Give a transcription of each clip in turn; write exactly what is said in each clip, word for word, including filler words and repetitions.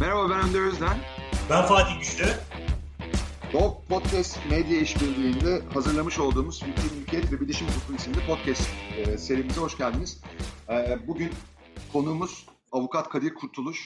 Merhaba, ben Önder Özden. Ben Fatih Güçlü. Dog Podcast Medya İşbirliği'nde hazırlamış olduğumuz Fikri Mülkiyet ve Bilişim Hukuku isimli podcast e, serimize hoş geldiniz. E, bugün konuğumuz Avukat Kadir Kurtuluş.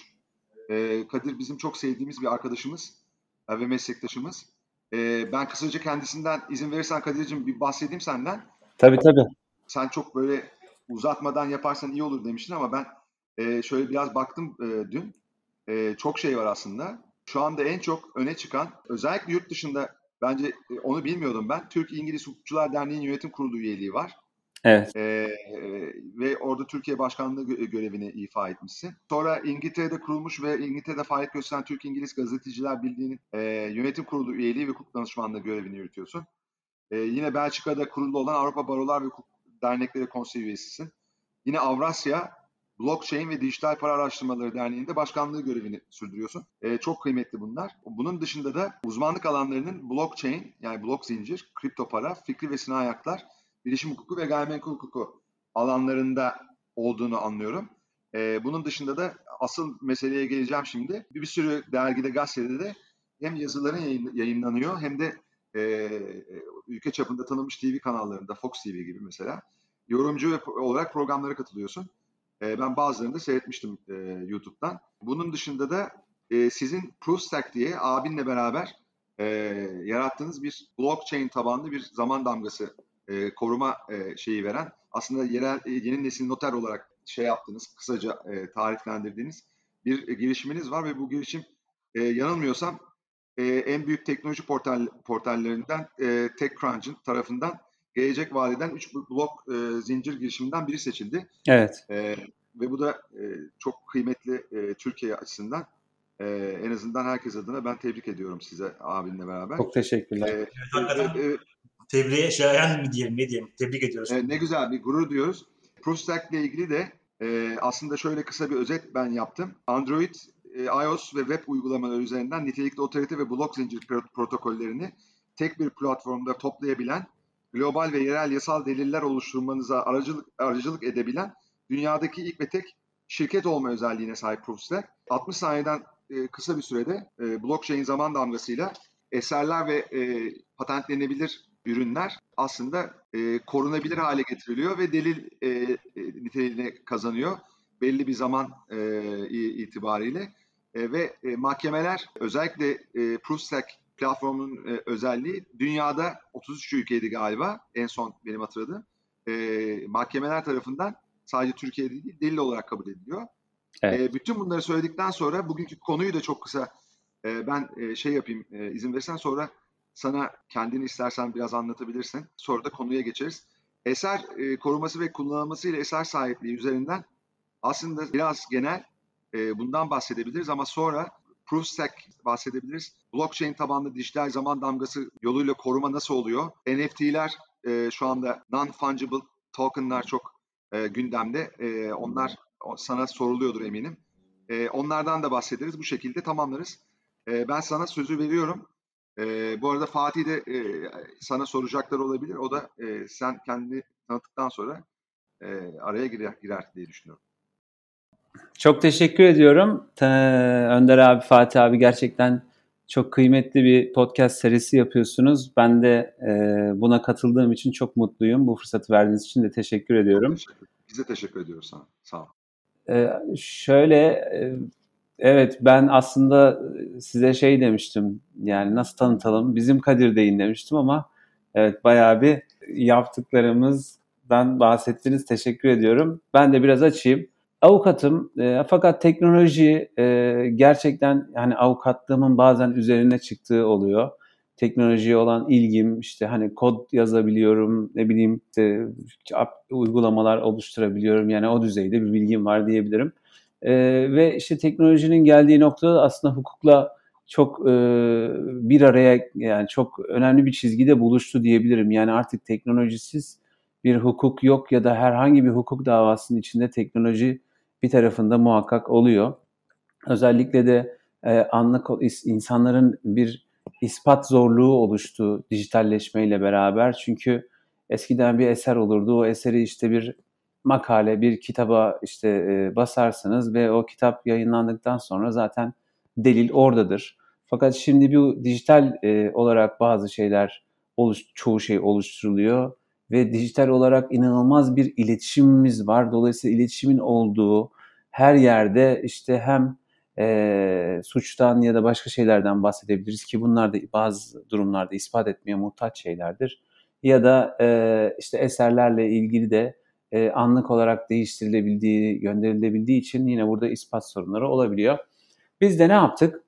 E, Kadir bizim çok sevdiğimiz bir arkadaşımız e, ve meslektaşımız. E, ben kısaca kendisinden izin verirsen Kadir'cim bir bahsedeyim senden. Tabii tabii. Sen çok böyle uzatmadan yaparsan iyi olur demiştin ama ben e, şöyle biraz baktım e, dün. E, çok şey var aslında. Şu anda en çok öne çıkan, özellikle yurt dışında, bence e, onu bilmiyordum ben. Türk-İngiliz Hukukçular Derneği'nin yönetim kurulu üyeliği var. Evet. E, e, ve orada Türkiye Başkanlığı gö- görevini ifa etmişsin. Sonra İngiltere'de kurulmuş ve İngiltere'de faaliyet gösteren Türk-İngiliz Gazeteciler Birliği'nin e, yönetim kurulu üyeliği ve hukuk danışmanlığı görevini yürütüyorsun. E, yine Belçika'da kurulu olan Avrupa Barolar ve Hukuk Dernekleri Konseyi üyesisin. Yine Avrasya Blockchain ve Dijital Para Araştırmaları Derneği'nde başkanlığı görevini sürdürüyorsun. E, çok kıymetli bunlar. Bunun dışında da uzmanlık alanlarının blockchain, yani blok zincir, kripto para, fikri ve sinayi haklar, bilişim hukuku ve gayrimenkul hukuku alanlarında olduğunu anlıyorum. E, bunun dışında da asıl meseleye geleceğim şimdi. Bir, bir sürü dergide, gazetede de hem yazıların yayın, yayınlanıyor hem de e, ülke çapında tanınmış T V kanallarında, Fox T V gibi mesela yorumcu olarak programlara katılıyorsun. E, ben bazılarını da seyretmiştim e, YouTube'dan. Bunun dışında da e, sizin Proofstack diye abinle beraber e, yarattığınız bir blockchain tabanlı bir zaman damgası e, koruma e, şeyi veren, aslında yerel e, yeni nesil noter olarak şey yaptığınız, kısaca e, tariflendirdiğiniz bir e, girişiminiz var ve bu girişim e, yanılmıyorsam e, en büyük teknoloji portal portallerinden e, TechCrunch'ın tarafından gelecek vadeden üç blok e, zincir girişiminden biri seçildi. Evet. E, ve bu da e, çok kıymetli e, Türkiye açısından. E, en azından herkes adına ben tebrik ediyorum size abinle beraber. Çok teşekkürler. E, Evet, hakikaten e, e, tebriğe şayan mi diyelim, ne diyelim, tebrik ediyoruz. e, ne güzel, bir gurur duyuyoruz. Proofstack ile ilgili de e, aslında şöyle kısa bir özet ben yaptım. Android, e, iOS ve web uygulamaları üzerinden nitelikli otorite ve blok zincir protokollerini tek bir platformda toplayabilen, global ve yerel yasal deliller oluşturmanıza aracılık, aracılık edebilen dünyadaki ilk ve tek şirket olma özelliğine sahip Proofstack. altmış saniyeden e, kısa bir sürede e, blockchain zaman damgasıyla eserler ve e, patentlenebilir ürünler aslında e, korunabilir hale getiriliyor ve delil e, e, niteliğine kazanıyor belli bir zaman e, itibariyle. E, ve e, mahkemeler, özellikle e, Proofstack platformunun e, özelliği, dünyada otuz üç ülkeydi galiba en son benim hatırladığım, e, mahkemeler tarafından sadece Türkiye'de değil, delil olarak kabul ediliyor. Evet. E, bütün bunları söyledikten sonra bugünkü konuyu da çok kısa e, ben e, şey yapayım, e, izin verirsen, sonra sana kendini istersen biraz anlatabilirsin. Sonra da konuya geçeriz. Eser e, koruması ve kullanılması ile eser sahipliği üzerinden aslında biraz genel e, bundan bahsedebiliriz ama sonra Proofstack bahsedebiliriz. Blockchain tabanlı dijital zaman damgası yoluyla koruma nasıl oluyor? N F T'ler e, şu anda non-fungible tokenlar çok e, gündemde. E, onlar sana soruluyordur eminim. E, onlardan da bahsederiz. Bu şekilde tamamlarız. E, ben sana sözü veriyorum. E, bu arada Fatih de e, sana soracaklar olabilir. O da e, sen kendini tanıttıktan sonra e, araya girer, girer diye düşünüyorum. Çok teşekkür ediyorum. Ee, Önder abi, Fatih abi, gerçekten çok kıymetli bir podcast serisi yapıyorsunuz. Ben de e, buna katıldığım için çok mutluyum. Bu fırsatı verdiğiniz için de teşekkür ediyorum. Çok teşekkür, biz de teşekkür ediyoruz sana. Sağ ol. Ee, şöyle, e, evet, ben aslında size şey demiştim, yani nasıl tanıtalım, bizim Kadir'deyin demiştim ama evet, bayağı bir yaptıklarımızdan bahsettiniz, teşekkür ediyorum. Ben de biraz açayım. Avukatım e, fakat teknoloji e, gerçekten, yani avukatlığımın bazen üzerine çıktığı oluyor. Teknolojiye olan ilgim, işte hani kod yazabiliyorum, ne bileyim işte uygulamalar oluşturabiliyorum, yani o düzeyde bir bilgim var diyebilirim. E, ve işte teknolojinin geldiği noktada aslında hukukla çok e, bir araya, yani çok önemli bir çizgide buluştu diyebilirim. Yani artık teknolojisiz bir hukuk yok ya da herhangi bir hukuk davasının içinde teknoloji bir tarafında muhakkak oluyor. Özellikle de e, anlık insanların bir ispat zorluğu oluştu dijitalleşmeyle beraber. Çünkü eskiden bir eser olurdu. O eseri işte bir makale, bir kitaba işte e, basarsınız ve o kitap yayınlandıktan sonra zaten delil oradadır. Fakat şimdi bu dijital e, olarak bazı şeyler, oluş, çoğu şey oluşturuluyor ve dijital olarak inanılmaz bir iletişimimiz var. Dolayısıyla iletişimin olduğu her yerde işte hem e, suçtan ya da başka şeylerden bahsedebiliriz ki bunlar da bazı durumlarda ispat etmeye muhtaç şeylerdir. Ya da e, işte eserlerle ilgili de e, anlık olarak değiştirilebildiği, gönderilebildiği için yine burada ispat sorunları olabiliyor. Biz de ne yaptık?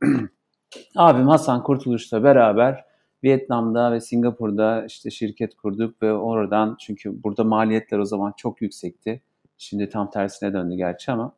Abim Hasan Kurtuluş'la beraber Vietnam'da ve Singapur'da işte şirket kurduk ve oradan, çünkü burada maliyetler o zaman çok yüksekti. Şimdi tam tersine döndü gerçi ama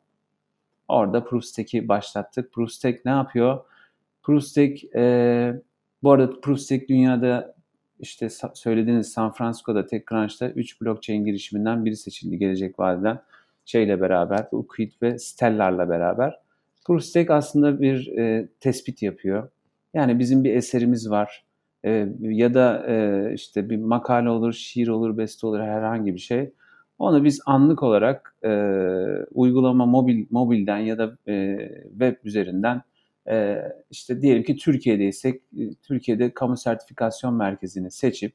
orada Proofstack'i başlattık. Proofstack ne yapıyor? Proofstack, e, bu arada Proofstack dünyada işte söylediğiniz San Francisco'da TechCrunch'ta üç blockchain girişiminden biri seçildi gelecek vadeden şeyle beraber, Uqid ve Stellar'la beraber. Proofstack aslında bir e, tespit yapıyor. Yani bizim bir eserimiz var e, ya da e, işte bir makale olur, şiir olur, beste olur, herhangi bir şey. Onu biz anlık olarak e, uygulama mobil mobilden ya da e, web üzerinden e, işte diyelim ki Türkiye'deysek e, Türkiye'de kamu sertifikasyon merkezini seçip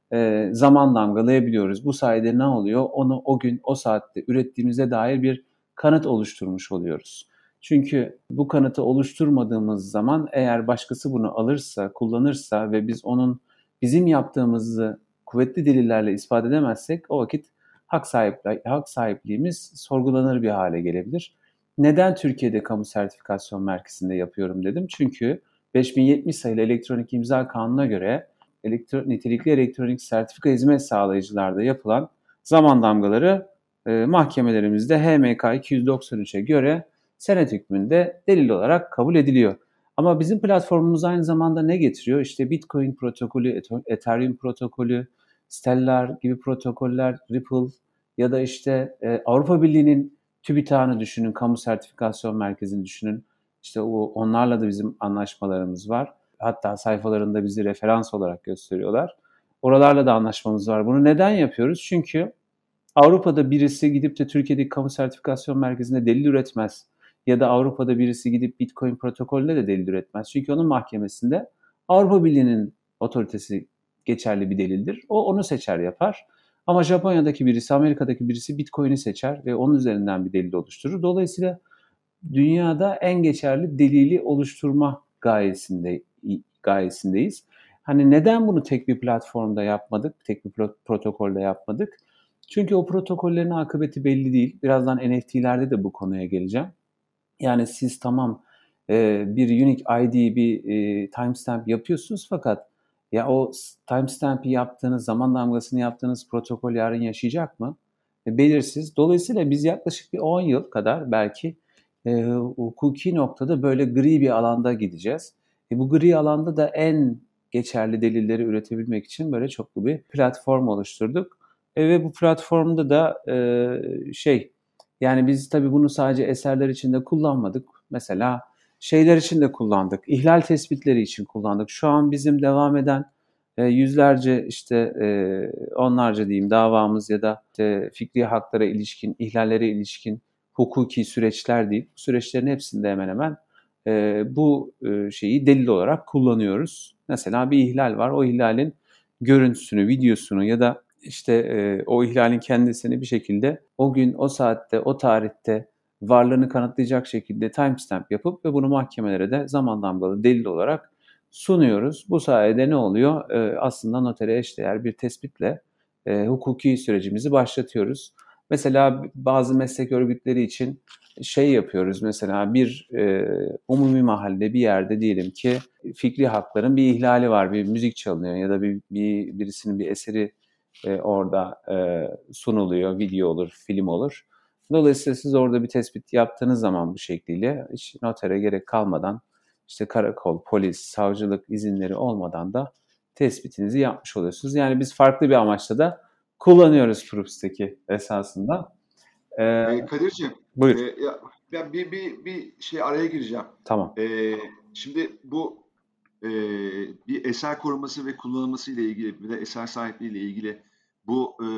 e, zaman damgalayabiliyoruz. Bu sayede ne oluyor? Onu o gün o saatte ürettiğimize dair bir kanıt oluşturmuş oluyoruz. Çünkü bu kanıtı oluşturmadığımız zaman eğer başkası bunu alırsa, kullanırsa ve biz onun bizim yaptığımızı kuvvetli delillerle ispat edemezsek o vakit hak sahipliği, hak sahipliğimiz sorgulanır bir hale gelebilir. Neden Türkiye'de kamu sertifikasyon merkezinde yapıyorum dedim. Çünkü beş bin yetmiş sayılı elektronik imza kanununa göre elektro, nitelikli elektronik sertifika hizmet sağlayıcılarda yapılan zaman damgaları e, mahkemelerimizde H M K iki yüz doksan üçe göre senet hükmünde delil olarak kabul ediliyor. Ama bizim platformumuz aynı zamanda ne getiriyor? İşte Bitcoin protokolü, Ethereum protokolü, Stellar gibi protokoller, Ripple ya da işte e, Avrupa Birliği'nin TÜBİTAK'ını düşünün, kamu sertifikasyon merkezini düşünün. İşte o, onlarla da bizim anlaşmalarımız var. Hatta sayfalarında bizi referans olarak gösteriyorlar. Oralarla da anlaşmamız var. Bunu neden yapıyoruz? Çünkü Avrupa'da birisi gidip de Türkiye'deki kamu sertifikasyon merkezinde delil üretmez. Ya da Avrupa'da birisi gidip Bitcoin protokolüne de delil üretmez. Çünkü onun mahkemesinde Avrupa Birliği'nin otoritesi geçerli bir delildir. O onu seçer yapar. Ama Japonya'daki birisi, Amerika'daki birisi Bitcoin'i seçer ve onun üzerinden bir delil oluşturur. Dolayısıyla dünyada en geçerli delili oluşturma gayesinde, gayesindeyiz. Hani neden bunu tek bir platformda yapmadık, tek bir protokolde yapmadık? Çünkü o protokollerin akıbeti belli değil. Birazdan N F T'lerde de bu konuya geleceğim. Yani siz tamam e, bir unique I D, bir e, timestamp yapıyorsunuz fakat ya o timestamp'i yaptığınız, zaman damgasını yaptığınız protokol yarın yaşayacak mı? E, belirsiz. Dolayısıyla biz yaklaşık bir on yıl kadar belki e, hukuki noktada böyle gri bir alanda gideceğiz. E, bu gri alanda da en geçerli delilleri üretebilmek için böyle çoklu bir platform oluşturduk. E, ve bu platformda da e, şey yani biz tabii bunu sadece eserler için de kullanmadık. Mesela şeyler için de kullandık. İhlal tespitleri için kullandık. Şu an bizim devam eden e, yüzlerce işte e, onlarca diyeyim davamız ya da işte fikri haklara ilişkin, ihlallere ilişkin hukuki süreçler değil. Bu süreçlerin hepsinde hemen hemen e, bu e, şeyi delil olarak kullanıyoruz. Mesela bir ihlal var. O ihlalin görüntüsünü, videosunu ya da işte e, o ihlalin kendisini bir şekilde o gün, o saatte, o tarihte varlığını kanıtlayacak şekilde timestamp yapıp ve bunu mahkemelere de zaman damgalı delil olarak sunuyoruz. Bu sayede ne oluyor? E, aslında notere eşdeğer bir tespitle e, hukuki sürecimizi başlatıyoruz. Mesela bazı meslek örgütleri için şey yapıyoruz. Mesela bir e, umumi mahalle bir yerde diyelim ki fikri hakların bir ihlali var. Bir müzik çalınıyor ya da bir, bir birisinin bir eseri e, orada e, sunuluyor. Video olur, film olur. Dolayısıyla siz orada bir tespit yaptığınız zaman bu şekliyle hiç notere gerek kalmadan işte karakol, polis, savcılık izinleri olmadan da tespitinizi yapmış oluyorsunuz. Yani biz farklı bir amaçla da kullanıyoruz Proofstack'i esasında. Ee, E, Kadir'ciğim, buyur. e, ya, ya bir, bir, bir şey araya gireceğim. Tamam. E, şimdi bu e, bir eser koruması ve kullanılması ile ilgili bir de eser sahipliği ile ilgili bu e,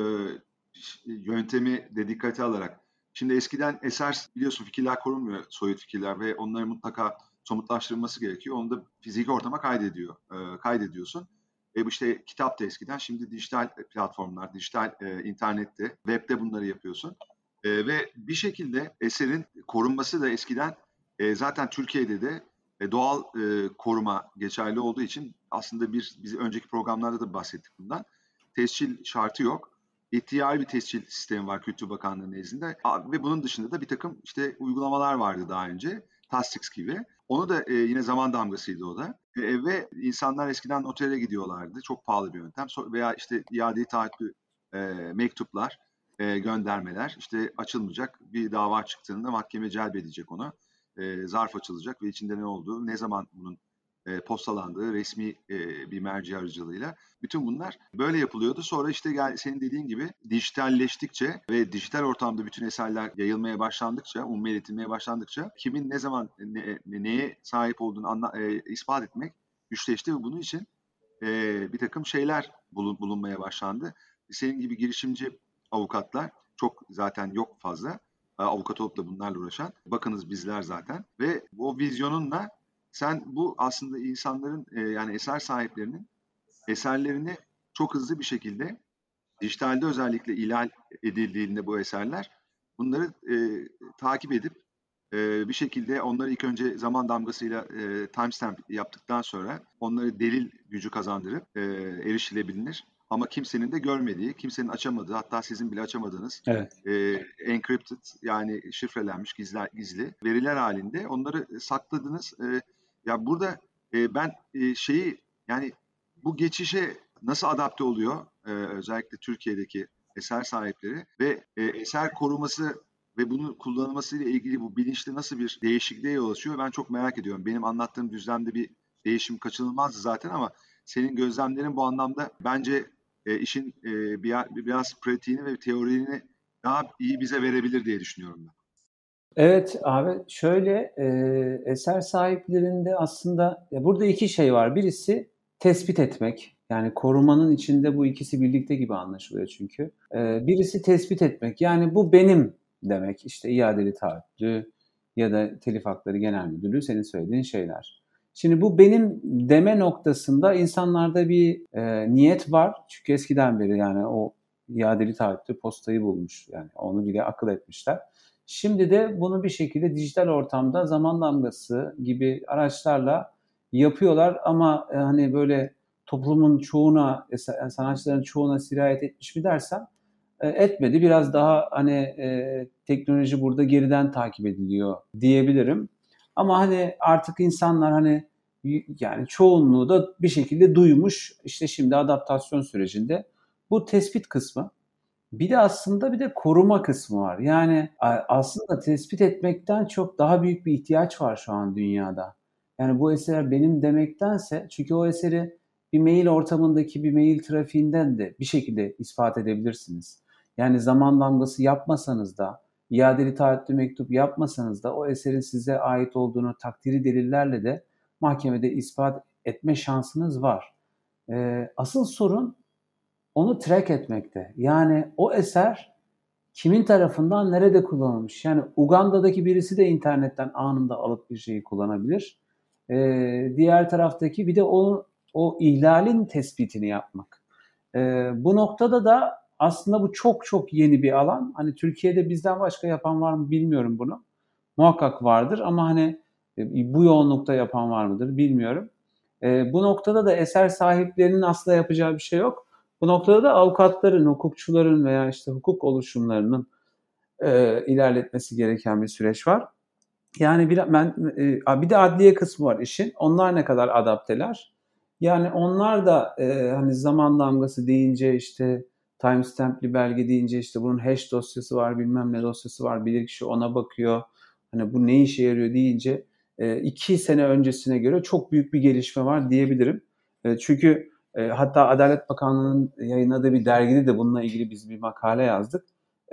yöntemi de dikkate alarak. Şimdi eskiden eser biliyorsun fikirler korunmuyor, soyut fikirler ve onların mutlaka somutlaştırılması gerekiyor. Onu da fiziki ortama kaydediyor, e, kaydediyorsun. E, bu işte kitap da eskiden, şimdi dijital platformlar, dijital e, internette, webde bunları yapıyorsun. E, ve bir şekilde eserin korunması da eskiden e, zaten Türkiye'de de e, doğal e, koruma geçerli olduğu için aslında bir biz önceki programlarda da bahsettik bundan. Tescil şartı yok. İhtiyari bir tescil sistemi var Kültür Bakanlığı nezdinde. A, ve bunun dışında da bir takım işte uygulamalar vardı daha önce. Tasdix gibi. Onu da e, yine zaman damgasıydı o da. E, ve insanlar eskiden notere gidiyorlardı. Çok pahalı bir yöntem. So, veya işte iade taahhütlü e, mektuplar, e, göndermeler. İşte açılmayacak. Bir dava çıktığında mahkeme celbedecek onu. E, zarf açılacak ve içinde ne olduğu, ne zaman bunun e, postalandığı resmi e, bir merci aracılığıyla. Bütün bunlar böyle yapılıyordu. Sonra işte gel, senin dediğin gibi dijitalleştikçe ve dijital ortamda bütün eserler yayılmaya başlandıkça, umuma iletilmeye başlandıkça kimin ne zaman ne, ne, neye sahip olduğunu anla, e, ispat etmek güçleşti ve bunun için e, bir takım şeyler bulun, bulunmaya başlandı. Senin gibi girişimci avukatlar çok zaten yok fazla. Avukat olup da bunlarla uğraşan. Bakınız bizler zaten. Ve o vizyonunla sen bu aslında insanların e, yani eser sahiplerinin eserlerini çok hızlı bir şekilde dijitalde özellikle ihlal edildiğinde bu eserler bunları e, takip edip e, bir şekilde onları ilk önce zaman damgasıyla e, timestamp yaptıktan sonra onları delil gücü kazandırıp e, erişilebilir. Ama kimsenin de görmediği, kimsenin açamadığı, hatta sizin bile açamadığınız Evet. e, encrypted yani şifrelenmiş gizli, gizli veriler halinde onları sakladınız. E, ya burada e, ben e, şeyi yani bu geçişe nasıl adapte oluyor e, özellikle Türkiye'deki eser sahipleri ve e, eser koruması ve bunun kullanılmasıyla ilgili bu bilinçte nasıl bir değişikliğe yol açıyor ben çok merak ediyorum. Benim anlattığım düzlemde bir değişim kaçınılmazdı zaten ama senin gözlemlerin bu anlamda bence e, işin e, bir, biraz pratiğini ve teorini daha iyi bize verebilir diye düşünüyorum ben. Evet abi şöyle e, eser sahiplerinde aslında ya burada iki şey var. Birisi tespit etmek. Yani korumanın içinde bu ikisi birlikte gibi anlaşılıyor çünkü. E, birisi tespit etmek. Yani bu benim demek. İşte iadeli taahhütlü ya da Telif Hakları Genel Müdürlüğü senin söylediğin şeyler. Şimdi bu benim deme noktasında insanlarda bir e, niyet var. Çünkü eskiden beri yani o iadeli taahhütlü postayı bulmuş. Yani onu bile akıl etmişler. Şimdi de bunu bir şekilde dijital ortamda zaman damgası gibi araçlarla yapıyorlar ama e, hani böyle toplumun çoğuna, sanatçıların çoğuna sirayet etmiş mi dersen e, etmedi. Biraz daha hani e, teknoloji burada geriden takip ediliyor diyebilirim. Ama hani artık insanlar hani yani çoğunluğu da bir şekilde duymuş. İşte şimdi adaptasyon sürecinde bu tespit kısmı. Bir de aslında bir de koruma kısmı var. Yani aslında tespit etmekten çok daha büyük bir ihtiyaç var şu an dünyada. Yani bu eser benim demektense çünkü o eseri bir mail ortamındaki bir mail trafiğinden de bir şekilde ispat edebilirsiniz. Yani zaman damgası yapmasanız da, iadeli taahhütlü mektup yapmasanız da o eserin size ait olduğunu takdiri delillerle de mahkemede ispat etme şansınız var. Ee, asıl sorun onu track etmekte. Yani o eser kimin tarafından nerede kullanılmış? Yani Uganda'daki birisi de internetten anında alıp bir şeyi kullanabilir. Ee, diğer taraftaki bir de o, o ihlalin tespitini yapmak. Ee, bu noktada da aslında bu çok çok yeni bir alan. Hani Türkiye'de bizden başka yapan var mı bilmiyorum bunu. Muhakkak vardır ama hani e, bu yoğunlukta yapan var mıdır bilmiyorum. Ee, bu noktada da eser sahiplerinin asla yapacağı bir şey yok. Bu noktada da avukatların, hukukçuların veya işte hukuk oluşumlarının e, ilerletmesi gereken bir süreç var. Yani bir, ben, e, bir de adliye kısmı var işin. Onlar ne kadar adapteler? Yani onlar da e, hani zaman damgası deyince işte timestamp'li belge deyince işte bunun hash dosyası var bilmem ne dosyası var bilirkişi ona bakıyor. Hani bu ne işe yarıyor deyince e, iki sene öncesine göre çok büyük bir gelişme var diyebilirim. E, çünkü e, hatta Adalet Bakanlığı'nın yayınladığı bir dergide de bununla ilgili biz bir makale yazdık. E,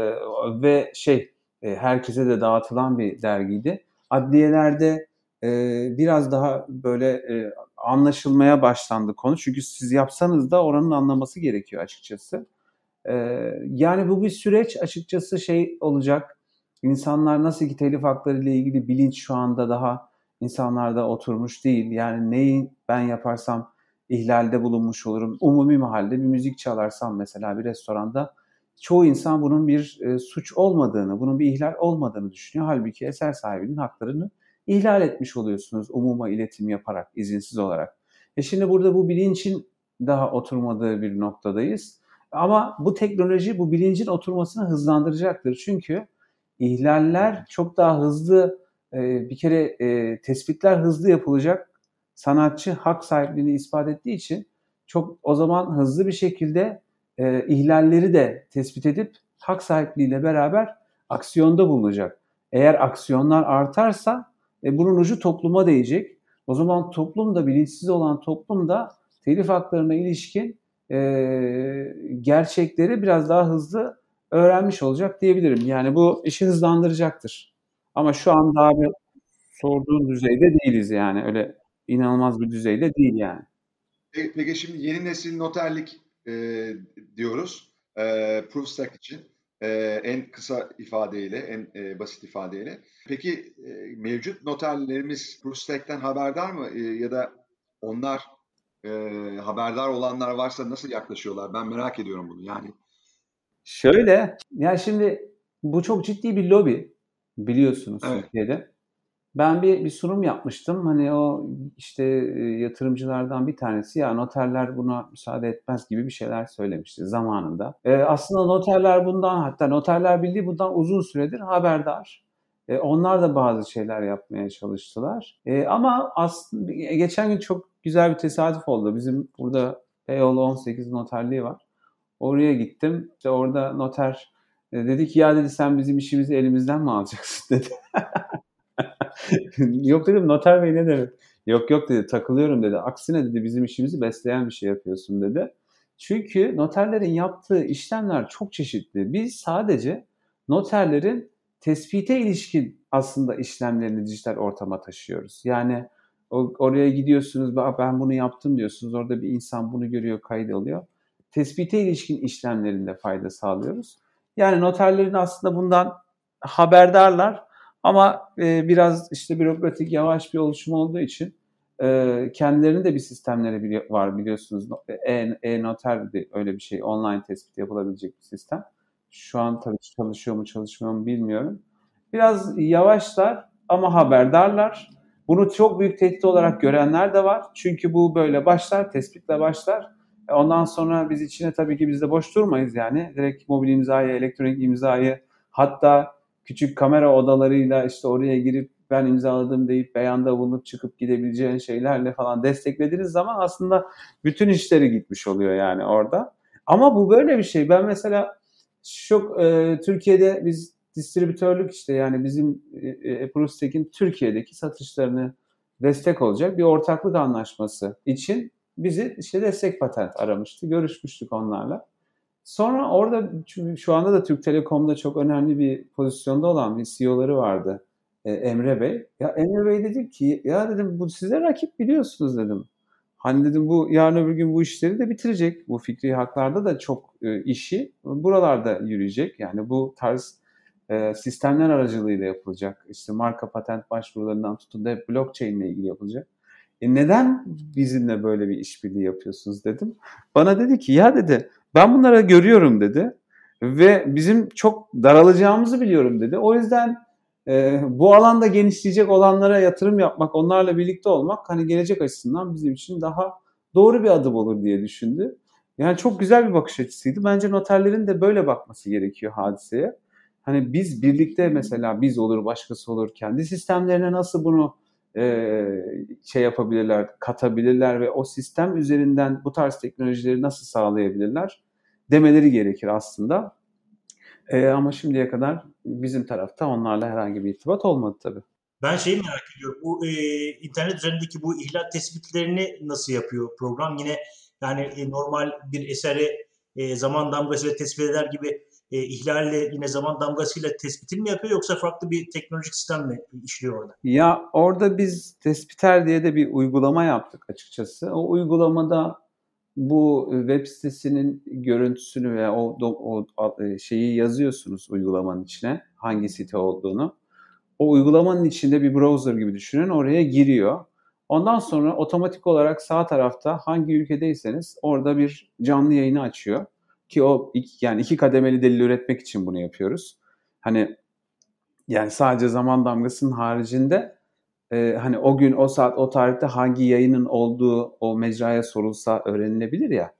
ve şey e, herkese de dağıtılan bir dergiydi. Adliyelerde e, biraz daha böyle e, anlaşılmaya başlandı konu. Çünkü siz yapsanız da oranın anlaması gerekiyor açıkçası. E, yani bu bir süreç açıkçası şey olacak. İnsanlar nasıl ki telif hakları ile ilgili bilinç şu anda daha insanlarda oturmuş değil. Yani neyi ben yaparsam ihlalde bulunmuş olurum. Umumi mahalde bir müzik çalarsam mesela bir restoranda çoğu insan bunun bir e, suç olmadığını, bunun bir ihlal olmadığını düşünüyor. Halbuki eser sahibinin haklarını ihlal etmiş oluyorsunuz umuma iletim yaparak, izinsiz olarak. E şimdi burada bu bilincin daha oturmadığı bir noktadayız. Ama bu teknoloji bu bilincin oturmasını hızlandıracaktır. Çünkü ihlaller çok daha hızlı, e, bir kere e, tespitler hızlı yapılacak. Sanatçı hak sahipliğini ispat ettiği için çok o zaman hızlı bir şekilde e, ihlalleri de tespit edip hak sahipliğiyle beraber aksiyonda bulunacak. Eğer aksiyonlar artarsa e, bunun ucu topluma değecek. O zaman toplumda, bilinçsiz olan toplumda telif haklarına ilişkin e, gerçekleri biraz daha hızlı öğrenmiş olacak diyebilirim. Yani bu işi hızlandıracaktır. Ama şu an daha bir sorduğun düzeyde değiliz yani. Öyle inanılmaz bir düzeyde değil yani. Pe- Peki şimdi yeni nesil noterlik e, diyoruz. E, proof stack için. E, en kısa ifadeyle, en e, basit ifadeyle. Peki e, mevcut noterlerimiz proof stack'ten haberdar mı? E, ya da onlar e, haberdar olanlar varsa nasıl yaklaşıyorlar? Ben merak ediyorum bunu. Yani Şöyle, ya şimdi bu çok ciddi bir lobi biliyorsunuz evet. Türkiye'de. Ben bir, bir sunum yapmıştım. Hani o işte e, yatırımcılardan bir tanesi ya noterler buna müsaade etmez gibi bir şeyler söylemişti zamanında. E, aslında noterler bundan hatta noterler Birliği bundan uzun süredir haberdar. E, onlar da bazı şeyler yapmaya çalıştılar. E, ama aslında geçen gün çok güzel bir tesadüf oldu. Bizim burada Beyoğlu on sekiz noterliği var. Oraya gittim. İşte orada noter e, dedi ki ya dedi sen bizim işimizi elimizden mi alacaksın dedi. Yok dedim noter bey ne demek? Yok yok dedi takılıyorum dedi. Aksine dedi bizim işimizi besleyen bir şey yapıyorsun dedi. Çünkü noterlerin yaptığı işlemler çok çeşitli. Biz sadece noterlerin tespite ilişkin aslında işlemlerini dijital ortama taşıyoruz. Yani o, oraya gidiyorsunuz ben bunu yaptım diyorsunuz. Orada bir insan bunu görüyor kaydediyor. Tespite ilişkin işlemlerinde fayda sağlıyoruz. Yani noterlerin aslında bundan haberdarlar. Ama e, biraz işte bürokratik yavaş bir oluşum olduğu için e, kendilerinin de bir sistemleri bili- var biliyorsunuz. E- E-noter de öyle bir şey. Online tespit yapılabilecek bir sistem. Şu an tabii çalışıyor mu çalışmıyor mu bilmiyorum. Biraz yavaşlar ama haberdarlar. Bunu çok büyük tehdit olarak görenler de var. Çünkü bu böyle başlar, tespitle başlar. E, Ondan sonra biz içine tabii ki biz de boş durmayız yani. Direkt mobil imzayı, elektronik imzayı hatta küçük kamera odalarıyla işte oraya girip ben imzaladım deyip beyanda bulunup çıkıp gidebileceğin şeylerle falan desteklediğiniz zaman aslında bütün işleri gitmiş oluyor yani orada. Ama bu böyle bir şey. Ben mesela çok e, Türkiye'de biz distribütörlük işte yani bizim e, e, Prustek'in Türkiye'deki satışlarını destek olacak bir ortaklık anlaşması için bizi işte destek patent aramıştı. Görüşmüştük onlarla. Sonra orada şu anda da Türk Telekom'da çok önemli bir pozisyonda olan bir C E O'ları vardı. E, Emre Bey. Ya Emre Bey dedim ki ya dedim bu size rakip biliyorsunuz dedim. Hani dedim bu yarın öbür gün bu işleri de bitirecek. Bu fikri haklarda da çok e, işi buralarda yürüyecek. Yani bu tarz e, sistemler aracılığıyla yapılacak. İşte marka patent başvurularından tutun da hep blockchain ile ilgili yapılacak. E neden bizimle böyle bir işbirliği yapıyorsunuz dedim. Bana dedi ki ya dedi ben bunları görüyorum dedi ve bizim çok daralacağımızı biliyorum dedi. O yüzden e, bu alanda genişleyecek olanlara yatırım yapmak, onlarla birlikte olmak hani gelecek açısından bizim için daha doğru bir adım olur diye düşündü. Yani çok güzel bir bakış açısıydı. Bence noterlerin de böyle bakması gerekiyor hadiseye. Hani biz birlikte mesela biz olur başkası olur kendi sistemlerine nasıl bunu e, şey yapabilirler, katabilirler ve o sistem üzerinden bu tarz teknolojileri nasıl sağlayabilirler demeleri gerekir aslında. E, ama şimdiye kadar bizim tarafta onlarla herhangi bir irtibat olmadı tabii. Ben şeyi merak ediyorum. Bu e, internet üzerindeki bu ihlal tespitlerini nasıl yapıyor program? Yine yani e, normal bir eseri e, zaman damgasıyla tespit eder gibi e, ihlalle yine zaman damgasıyla tespitini mi yapıyor yoksa farklı bir teknolojik sistem mi işliyor orada? Ya orada biz Tespiter diye de bir uygulama yaptık açıkçası. O uygulamada bu web sitesinin görüntüsünü veya o, o şeyi yazıyorsunuz uygulamanın içine hangi site olduğunu. o uygulamanın içinde bir browser gibi düşünün, oraya giriyor. Ondan sonra otomatik olarak sağ tarafta hangi ülkedeyseniz orada bir canlı yayını açıyor. Ki o iki, yani iki kademeli delil üretmek için bunu yapıyoruz. Hani yani sadece zaman damgasının haricinde e, hani o gün, o saat, o tarihte hangi yayının olduğu o mecraya sorulsa öğrenilebilir ya.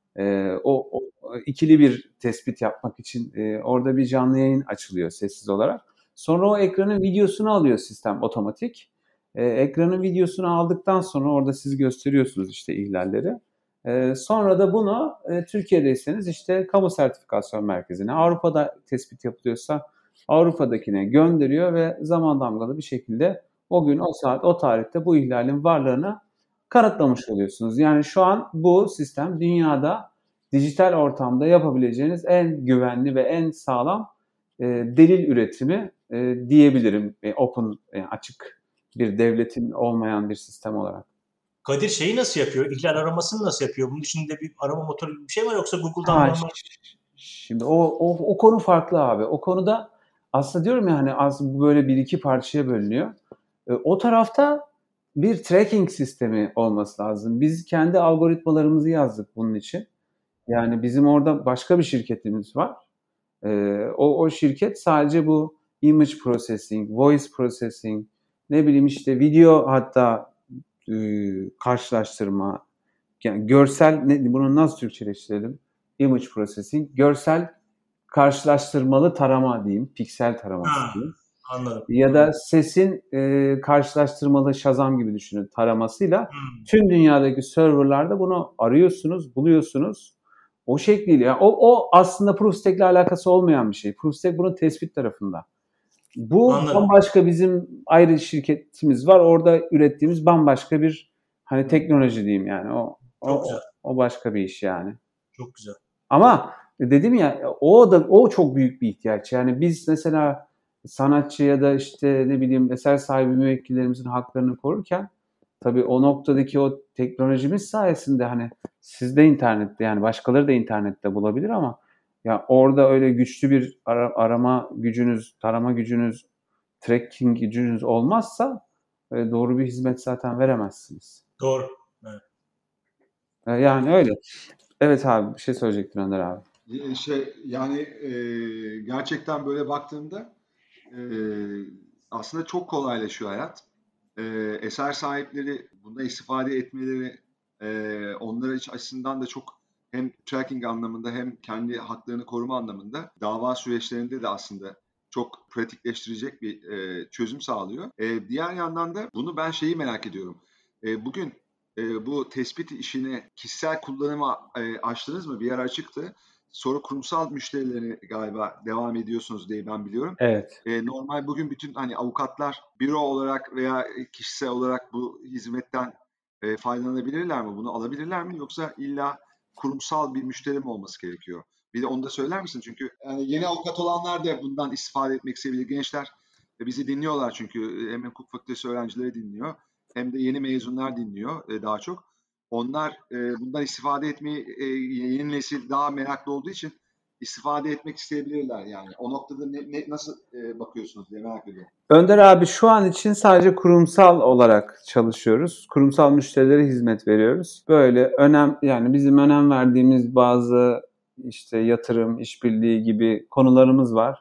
E, o, o ikili bir tespit yapmak için e, orada bir canlı yayın açılıyor sessiz olarak. Sonra o ekranın videosunu alıyor sistem otomatik. E, ekranın videosunu aldıktan sonra orada siz gösteriyorsunuz işte ihlalleri. E, sonra da bunu e, Türkiye'deyseniz işte kamu sertifikasyon merkezine, Avrupa'da tespit yapılıyorsa Avrupa'dakine gönderiyor ve zaman damgalı bir şekilde o gün, o saat, o tarihte bu ihlalin varlığını kanıtlamış oluyorsunuz. Yani şu an bu sistem dünyada dijital ortamda yapabileceğiniz en güvenli ve en sağlam e, delil üretimi e, diyebilirim. E, open, e, açık bir devletin olmayan bir sistem olarak. Kadir şeyi nasıl yapıyor? İhlal aramasını nasıl yapıyor? Bunun içinde bir arama motoru gibi bir şey var yoksa Google'dan Ha, normal? Şimdi o, o, o konu farklı abi. O konuda aslında diyorum ya hani aslında böyle bir iki parçaya bölünüyor. E, o tarafta bir tracking sistemi olması lazım. Biz kendi algoritmalarımızı yazdık bunun için. Yani bizim orada başka bir şirketimiz var. Ee, o, o şirket sadece bu image processing, voice processing, ne bileyim işte video hatta e, karşılaştırma, yani görsel, ne, bunu nasıl Türkçeleştirelim? Image processing, görsel karşılaştırmalı tarama diyeyim, piksel taraması Ha, diyeyim. anladım. Ya da sesin e, karşılaştırmalı Shazam gibi düşünün taramasıyla Hmm. tüm dünyadaki serverlarda bunu arıyorsunuz, buluyorsunuz. O şekliyle. Yani o, o aslında Proofstack'le alakası olmayan bir şey. Proofstack bunun tespit tarafında. Bu Anladım. bambaşka bizim ayrı şirketimiz var. Orada ürettiğimiz bambaşka bir hani teknoloji diyeyim yani. O, Çok o, güzel. o başka bir iş yani. Çok güzel. Ama dedim ya o da o çok büyük bir ihtiyaç. Yani biz mesela sanatçı ya da işte ne bileyim eser sahibi müvekkillerimizin haklarını korurken tabii o noktadaki o teknolojimiz sayesinde hani siz de internette yani başkaları da internette bulabilir ama ya orada öyle güçlü bir ara, arama gücünüz, tarama gücünüz, tracking gücünüz olmazsa e, doğru bir hizmet zaten veremezsiniz. Doğru. Evet. E, yani öyle. Evet abi bir şey söyleyecektin Önder abi. E, Şey yani e, gerçekten böyle baktığımda e, aslında çok kolaylaşıyor hayat. E, Eser sahipleri bunda istifade etmeleri e, onlara iç açısından da çok hem tracking anlamında hem kendi haklarını koruma anlamında dava süreçlerinde de aslında çok pratikleştirecek bir e, çözüm sağlıyor. E, diğer yandan da bunu ben şeyi merak ediyorum. E, bugün e, bu tespit işini kişisel kullanıma e, açtınız mı? Bir ara açıktı. Sonra kurumsal müşterileri galiba devam ediyorsunuz diye ben biliyorum. Evet. E, normal bugün bütün hani avukatlar büro olarak veya kişisel olarak bu hizmetten e, faydalanabilirler mi? Bunu alabilirler mi? Yoksa illa kurumsal bir müşteri mi olması gerekiyor? Bir de onu da söyler misin? Çünkü yani yeni avukat olanlar da bundan istifade etmek isteyebilir. Gençler e, bizi dinliyorlar çünkü hem hukuk fakültesi öğrencileri dinliyor hem de yeni mezunlar dinliyor e, daha çok. Onlar e, bundan istifade etmeyi e, yeni nesil daha meraklı olduğu için istifade etmek isteyebilirler yani. O noktada ne, ne, nasıl e, bakıyorsunuz diye merak ediyorum. Önder abi şu an için sadece kurumsal olarak çalışıyoruz. Kurumsal müşterilere hizmet veriyoruz. Böyle önem yani bizim önem verdiğimiz bazı işte yatırım, işbirliği gibi konularımız var.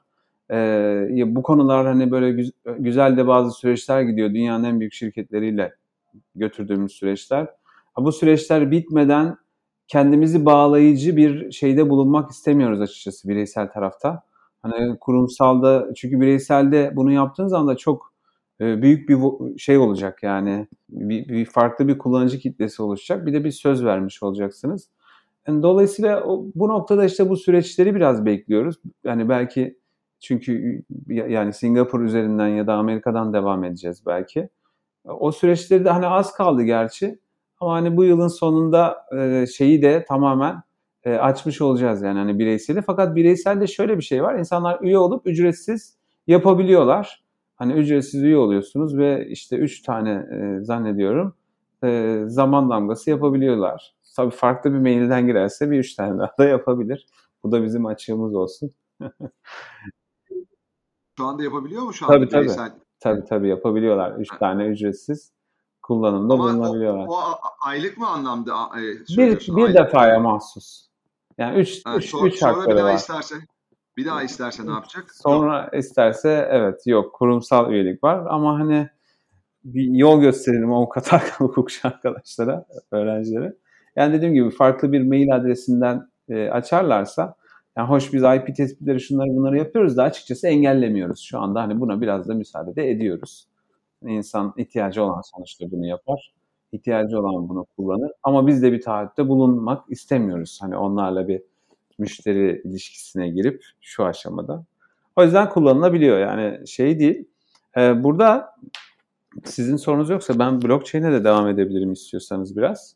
Ee, bu konular hani böyle güz- güzel de bazı süreçler gidiyor. Dünyanın en büyük şirketleriyle götürdüğümüz süreçler. Bu süreçler bitmeden kendimizi bağlayıcı bir şeyde bulunmak istemiyoruz açıkçası bireysel tarafta. Hani kurumsalda çünkü bireyselde bunu yaptığınız anda çok e, büyük bir şey olacak yani bir, bir farklı bir kullanıcı kitlesi oluşacak. Bir de bir söz vermiş olacaksınız. Yani dolayısıyla o, bu noktada işte bu süreçleri biraz bekliyoruz. Yani belki çünkü yani Singapur üzerinden ya da Amerika'dan devam edeceğiz belki. O süreçleri de hani az kaldı gerçi. Ama hani bu yılın sonunda e, şeyi de tamamen e, açmış olacağız yani hani bireyseli. Fakat bireyselde şöyle bir şey var. İnsanlar üye olup ücretsiz yapabiliyorlar. Hani ücretsiz üye oluyorsunuz ve işte üç tane e, zannediyorum e, zaman damgası yapabiliyorlar. Tabii farklı bir mailden girerse bir üç tane daha da yapabilir. Bu da bizim açığımız olsun. Şu anda yapabiliyor mu şu Tabii anda tabii. bireysel? Tabii tabii yapabiliyorlar. Üç Ha. tane ücretsiz kullanımda Ama o, bulunabiliyorlar. o a- aylık mı anlamda a- e, Bir, söylüyorsun? bir Aylık defaya e, mahsus. Yani üç, ha, üç, so- üç sonra bir hakları daha var. isterse bir daha isterse ne yapacak? Yok. Sonra isterse evet yok kurumsal üyelik var ama hani bir yol gösterelim avukat hukukçu arkadaşlara, öğrencilere. Yani dediğim gibi farklı bir mail adresinden e, açarlarsa yani hoş biz I P tespitleri şunları bunları yapıyoruz da açıkçası engellemiyoruz. Şu anda hani buna biraz da müsaade de ediyoruz. İnsan ihtiyacı olan sonuçta bunu yapar. İhtiyacı olan bunu kullanır. Ama biz de bir taahhütte bulunmak istemiyoruz. Hani onlarla bir müşteri ilişkisine girip şu aşamada. O yüzden kullanılabiliyor. Yani şey değil. Ee, burada sizin sorunuz yoksa ben blockchain'e de devam edebilirim istiyorsanız biraz.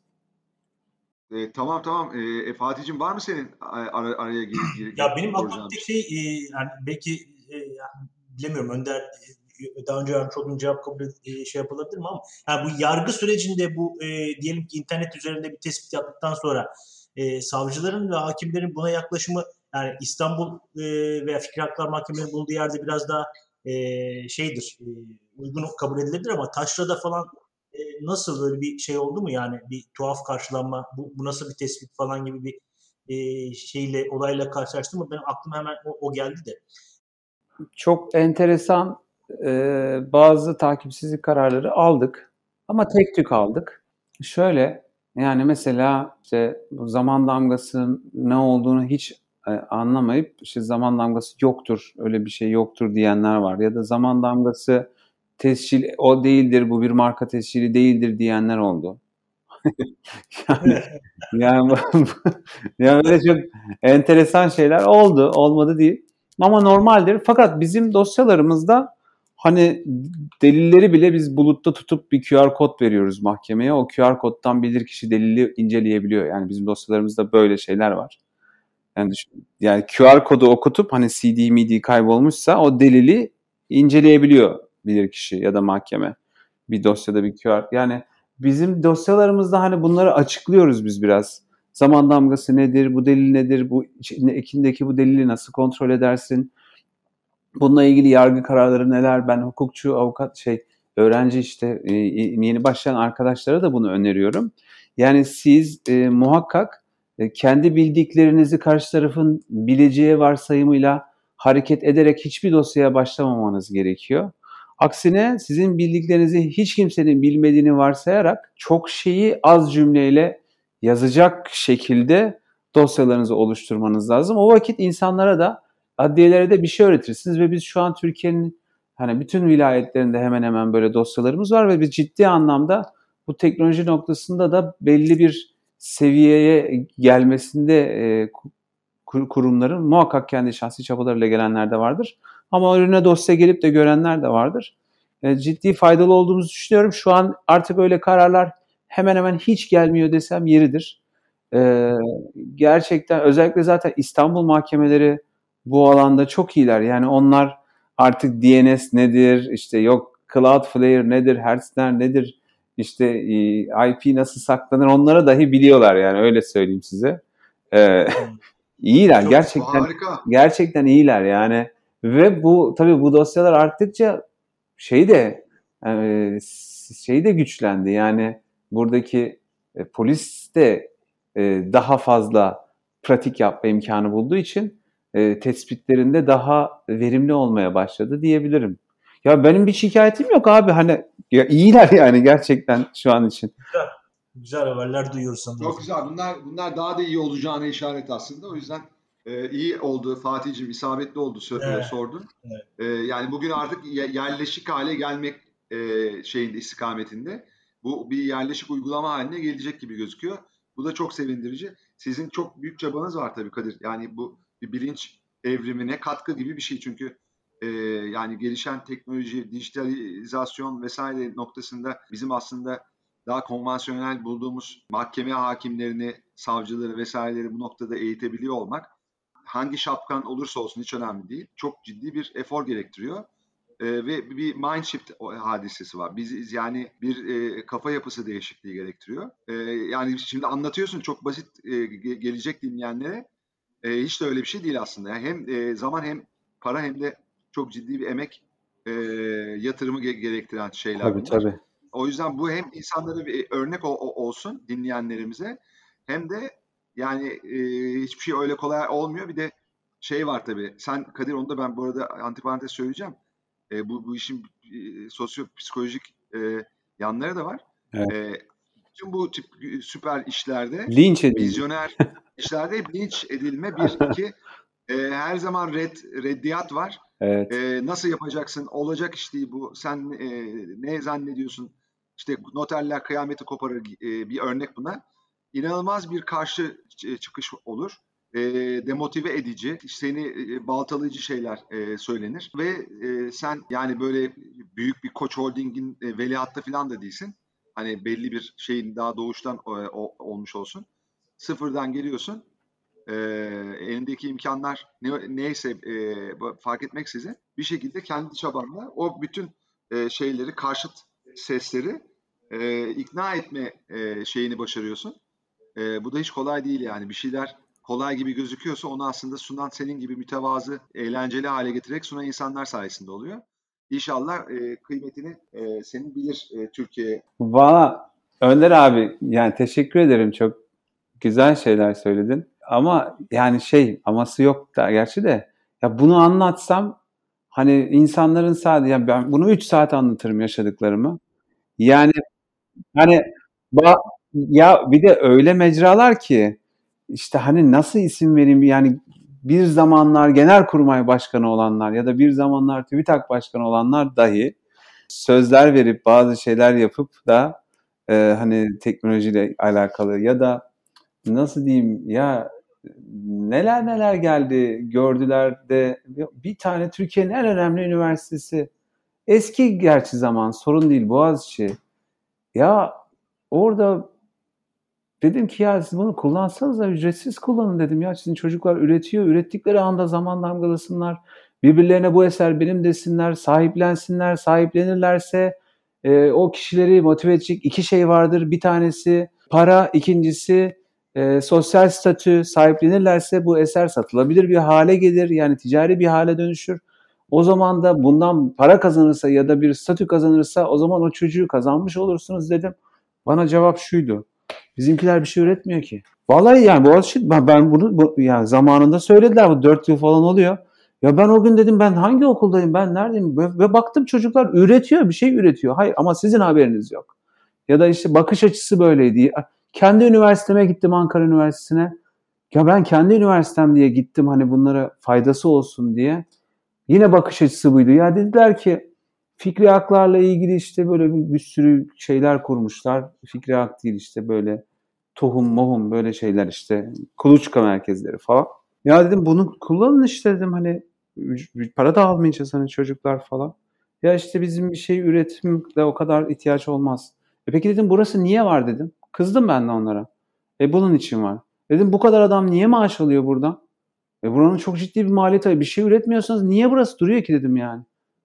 E, tamam tamam. E, e, Fatih'cim var mı senin ar- araya gir, gir, Ya gir, benim aklıma soracağın bir tek şey? şey e, yani belki e, yani bilemiyorum Önder e, daha önce vermiş olduğum cevap kabul ed- e, şey yapılabilir mi ama yani bu yargı sürecinde bu e, diyelim ki internet üzerinde bir tespit yaptıktan sonra e, savcıların ve hakimlerin buna yaklaşımı yani İstanbul e, veya Fikri Haklar Mahkemelerinin bulunduğu yerde biraz daha e, şeydir e, uygun kabul edilebilir ama taşrada falan e, nasıl böyle bir şey oldu mu yani bir tuhaf karşılanma bu, bu nasıl bir tespit falan gibi bir e, şeyle olayla karşılaştım mı benim aklıma hemen o, o geldi de. Çok enteresan e, bazı takipsizlik kararları aldık. Ama tek tük aldık. Şöyle yani mesela işte bu zaman damgasının ne olduğunu hiç e, anlamayıp işte zaman damgası yoktur, öyle bir şey yoktur diyenler var. Ya da zaman damgası tescil o değildir, bu bir marka tescili değildir diyenler oldu. Yani yani, yani böyle çok enteresan şeyler oldu, olmadı değil. Ama normaldir. Fakat bizim dosyalarımızda hani delilleri bile biz bulutta tutup bir Q R kod veriyoruz mahkemeye. O Q R koddan bilirkişi delili inceleyebiliyor. Yani bizim dosyalarımızda böyle şeyler var. Yani, yani Q R kodu okutup hani C D M D kaybolmuşsa o delili inceleyebiliyor bilirkişi ya da mahkeme. Bir dosyada bir Q R. Yani bizim dosyalarımızda hani bunları açıklıyoruz biz biraz. Zaman damgası nedir, bu delil nedir, bu içindeki bu delili nasıl kontrol edersin? Bununla ilgili yargı kararları neler? Ben hukukçu, avukat, şey öğrenci işte e, yeni başlayan arkadaşlara da bunu öneriyorum. Yani siz e, muhakkak e, kendi bildiklerinizi karşı tarafın bileceği varsayımıyla hareket ederek hiçbir dosyaya başlamamanız gerekiyor. Aksine sizin bildiklerinizi hiç kimsenin bilmediğini varsayarak çok şeyi az cümleyle yazacak şekilde dosyalarınızı oluşturmanız lazım. O vakit insanlara da adliyelere de bir şey öğretirsiniz ve biz şu an Türkiye'nin hani bütün vilayetlerinde hemen hemen böyle dosyalarımız var ve biz ciddi anlamda bu teknoloji noktasında da belli bir seviyeye gelmesinde e, kurumların muhakkak kendi şahsi çabalarıyla gelenler de vardır. Ama önüne dosya gelip de görenler de vardır. E, ciddi faydalı olduğumuzu düşünüyorum. Şu an artık öyle kararlar hemen hemen hiç gelmiyor desem yeridir. E, gerçekten özellikle zaten İstanbul mahkemeleri bu alanda çok iyiler. Yani onlar artık D N S nedir, işte yok Cloudflare nedir, Hertzner nedir, işte e, I P nasıl saklanır onlara dahi biliyorlar yani öyle söyleyeyim size. E, Hmm. İyiler Çok gerçekten Harika. gerçekten iyiler yani ve bu tabii bu dosyalar arttıkça şey de e, şey de güçlendi yani buradaki e, polis de e, daha fazla pratik yapma imkanı bulduğu için e, tespitlerinde daha verimli olmaya başladı diyebilirim. Ya benim bir şikayetim yok abi hani ya iyiler yani gerçekten şu an için. güzel. Güzel haberler duyuyoruz sanırım. Çok güzel. Bunlar bunlar daha da iyi olacağına işaret aslında. O yüzden e, iyi oldu Fatih'ciğim, isabetli oldu sö- e, Evet, sordun. evet. E, yani bugün artık ye- yerleşik hale gelmek e, şeyinde istikametinde. Bu bir yerleşik uygulama haline gelecek gibi gözüküyor. Bu da çok sevindirici. Sizin çok büyük çabanız var tabii Kadir. Yani bu bir bilinç evrimine katkı gibi bir şey. Çünkü e, yani gelişen teknoloji, dijitalizasyon vesaire noktasında bizim aslında daha konvansiyonel bulduğumuz mahkeme hakimlerini, savcıları vesaireleri bu noktada eğitebiliyor olmak hangi şapkan olursa olsun hiç önemli değil. Çok ciddi bir efor gerektiriyor. Ee, ve bir mind shift hadisesi var. Biz yani bir e, kafa yapısı değişikliği gerektiriyor. Ee, yani şimdi anlatıyorsun çok basit e, gelecek dinleyenlere. E, hiç de öyle bir şey değil aslında. Yani hem e, zaman hem para hem de çok ciddi bir emek e, yatırımı ge- gerektiren şeyler Tabii bunlar. tabii. O yüzden bu hem insanlara bir örnek o- o- olsun dinleyenlerimize, hem de yani e, hiçbir şey öyle kolay olmuyor. Bir de şey var tabii. Sen Kadir, onu da ben bu arada antiparantez söyleyeceğim. E, bu, bu işin e, sosyo-psikolojik e, yanları da var. Evet. E, Tüm bu tip süper işlerde, Linç edildi. vizyoner işlerde hep linç edilme bir, iki. E, her zaman red, reddiyat var. Evet. E, nasıl yapacaksın? Olacak iş değil bu. Sen e, ne zannediyorsun? İşte noterler kıyameti koparır, e, bir örnek buna. İnanılmaz bir karşı çıkış olur. E, demotive edici, seni e, baltalayıcı şeyler e, söylenir. Ve e, sen yani böyle büyük bir Koç Holding'in e, veliahtı falan da değilsin. Hani belli bir şeyin daha doğuştan e, o, olmuş olsun. Sıfırdan geliyorsun. E, Elindeki imkanlar ne, neyse e, fark etmeksizin bir şekilde kendi çabanla o bütün e, şeyleri, karşıt sesleri e, ikna etme e, şeyini başarıyorsun. E, bu da hiç kolay değil yani. Bir şeyler kolay gibi gözüküyorsa onu aslında sunan, senin gibi mütevazı, eğlenceli hale getirerek sunan insanlar sayesinde oluyor. İnşallah e, kıymetini e, senin bilir e, Türkiye. Valla Önder abi, yani teşekkür ederim. Çok güzel şeyler söyledin. Ama yani şey, aması yok da gerçi de, ya bunu anlatsam hani insanların sadece, yani ben bunu üç saat anlatırım yaşadıklarımı. Yani hani ba- ya bir de öyle mecralar ki, işte hani nasıl isim vereyim, yani bir zamanlar Genelkurmay Başkanı olanlar ya da bir zamanlar TÜBİTAK Başkanı olanlar dahi sözler verip bazı şeyler yapıp da e, hani teknolojiyle alakalı ya da nasıl diyeyim ya, neler neler geldi gördüler de, bir tane Türkiye'nin en önemli üniversitesi, eski gerçi zaman, sorun değil, Boğaziçi, ya orada dedim ki ya siz bunu kullansanız da ücretsiz kullanın dedim ya, sizin çocuklar üretiyor, ürettikleri anda zaman damgalasınlar, birbirlerine bu eser benim desinler, sahiplensinler, sahiplenirlerse e, o kişileri motive edecek iki şey vardır, bir tanesi para, ikincisi e, sosyal statü, sahiplenirlerse bu eser satılabilir bir hale gelir, yani ticari bir hale dönüşür. O zaman da bundan para kazanırsa ya da bir statü kazanırsa o zaman o çocuğu kazanmış olursunuz dedim. Bana cevap şuydu: bizimkiler bir şey üretmiyor ki. Vallahi yani Boğaziçi, ben, ben bunu bu, yani zamanında söylediler, bu dört yıl falan oluyor. Ya ben o gün dedim, ben hangi okuldayım, ben neredeyim? Ve, ve baktım çocuklar üretiyor, bir şey üretiyor. Hayır, ama sizin haberiniz yok. Ya da işte bakış açısı böyleydi. Kendi üniversiteme gittim, Ankara Üniversitesi'ne. Ya ben kendi üniversitem diye gittim, hani bunlara faydası olsun diye. Yine bakış açısı buydu. Ya dediler ki fikri haklarla ilgili işte böyle bir, bir sürü şeyler kurmuşlar. Fikri hak değil, işte böyle tohum mohum böyle şeyler, işte kuluçka merkezleri falan. Ya dedim bunu kullanın işte, dedim hani para da almayacağız hani, çocuklar falan. Ya işte bizim bir şey üretimde o kadar ihtiyaç olmaz. E peki dedim, burası niye var dedim. Kızdım ben de onlara. E bunun için var. Dedim bu kadar adam niye maaş alıyor buradan? E buranın çok ciddi bir maliyeti var. Bir şey üretmiyorsanız niye burası duruyor ki dedim yani.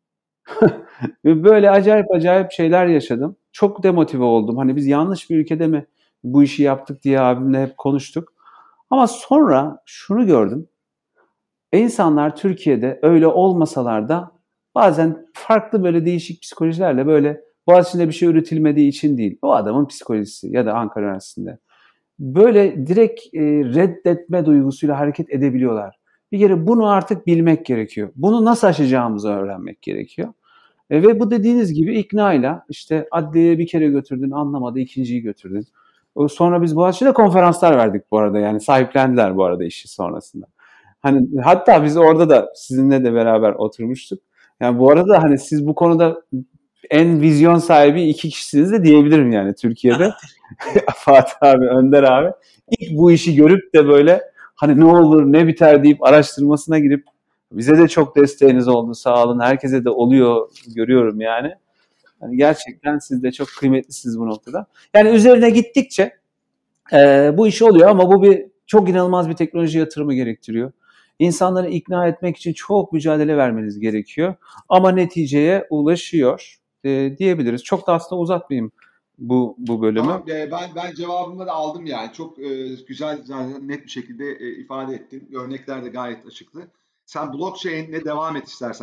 Ve böyle acayip acayip şeyler yaşadım. Çok demotive oldum. Hani biz yanlış bir ülkede mi bu işi yaptık diye abimle hep konuştuk. Ama sonra şunu gördüm. İnsanlar Türkiye'de öyle olmasalar da bazen farklı böyle değişik psikolojilerle, böyle Boğaziçi'nde bir şey üretilmediği için değil, o adamın psikolojisi ya da Ankara Üniversitesi'nde böyle direkt e, reddetme duygusuyla hareket edebiliyorlar. Bir kere bunu artık bilmek gerekiyor. Bunu nasıl aşacağımızı öğrenmek gerekiyor. E, ve bu dediğiniz gibi iknayla, işte adliyeye bir kere götürdün, anlamadı, ikinciyi götürdün. O, sonra biz Boğaziçi'de konferanslar verdik bu arada, yani sahiplendiler bu arada işi sonrasında. Hani hatta biz orada da sizinle de beraber oturmuştuk. Yani bu arada hani siz bu konuda en vizyon sahibi iki kişisiniz de diyebilirim yani Türkiye'de. Fatih abi, Önder abi. İlk bu işi görüp de böyle hani ne olur ne biter deyip araştırmasına girip bize de çok desteğiniz oldu, sağ olun. Herkese de oluyor, görüyorum yani. Yani gerçekten siz de çok kıymetlisiniz bu noktada. Yani üzerine gittikçe e, bu iş oluyor, ama bu bir çok inanılmaz bir teknoloji yatırımı gerektiriyor. İnsanları ikna etmek için çok mücadele vermeniz gerekiyor. Ama neticeye ulaşıyor e, diyebiliriz. Çok da aslında uzatmayayım bu bu bölümü. Tamam, e, ben ben cevabımı da aldım yani. Çok e, güzel, zaten net bir şekilde e, ifade ettin. Örnekler de gayet açıktı. Sen blockchain'le devam et istersen.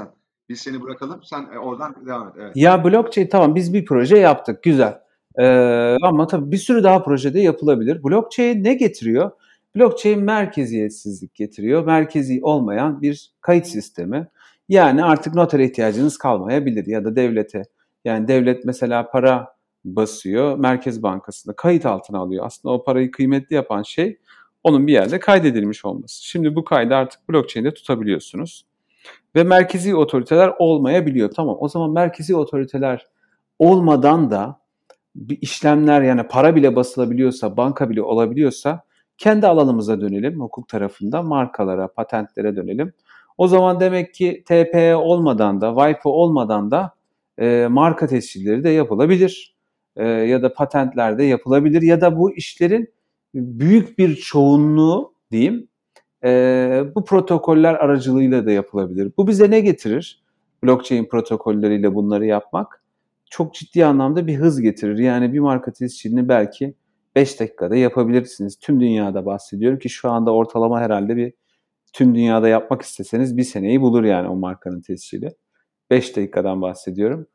Biz seni bırakalım. Sen e, oradan devam et. Evet. Ya blockchain tamam biz bir proje yaptık güzel. Ee, ama tabii bir sürü daha projede yapılabilir. Blockchain ne getiriyor? Blockchain merkeziyetsizlik getiriyor. Merkezi olmayan bir kayıt sistemi. Yani artık notere ihtiyacınız kalmayabilir ya da devlete. Yani devlet mesela para basıyor Merkez Bankası'nda kayıt altına alıyor. Aslında o parayı kıymetli yapan şey onun bir yerde kaydedilmiş olması. Şimdi bu kaydı artık blockchain'de tutabiliyorsunuz. Ve merkezi otoriteler olmayabiliyor. Tamam o zaman merkezi otoriteler olmadan da bir işlemler yani para bile basılabiliyorsa, banka bile olabiliyorsa kendi alanımıza dönelim hukuk tarafında markalara, patentlere dönelim. O zaman demek ki T P E olmadan da, W I P O olmadan da e, marka tescilleri de yapılabilir. E, ya da patentler de yapılabilir ya da bu işlerin büyük bir çoğunluğu diyeyim e, bu protokoller aracılığıyla da yapılabilir. Bu bize ne getirir? Blockchain protokolleriyle bunları yapmak çok ciddi anlamda bir hız getirir. Yani bir marka tescilini belki beş dakikada yapabilirsiniz. Tüm dünyada bahsediyorum ki şu anda ortalama herhalde bir tüm dünyada yapmak isteseniz bir seneyi bulur yani o markanın tescili. beş dakikadan bahsediyorum.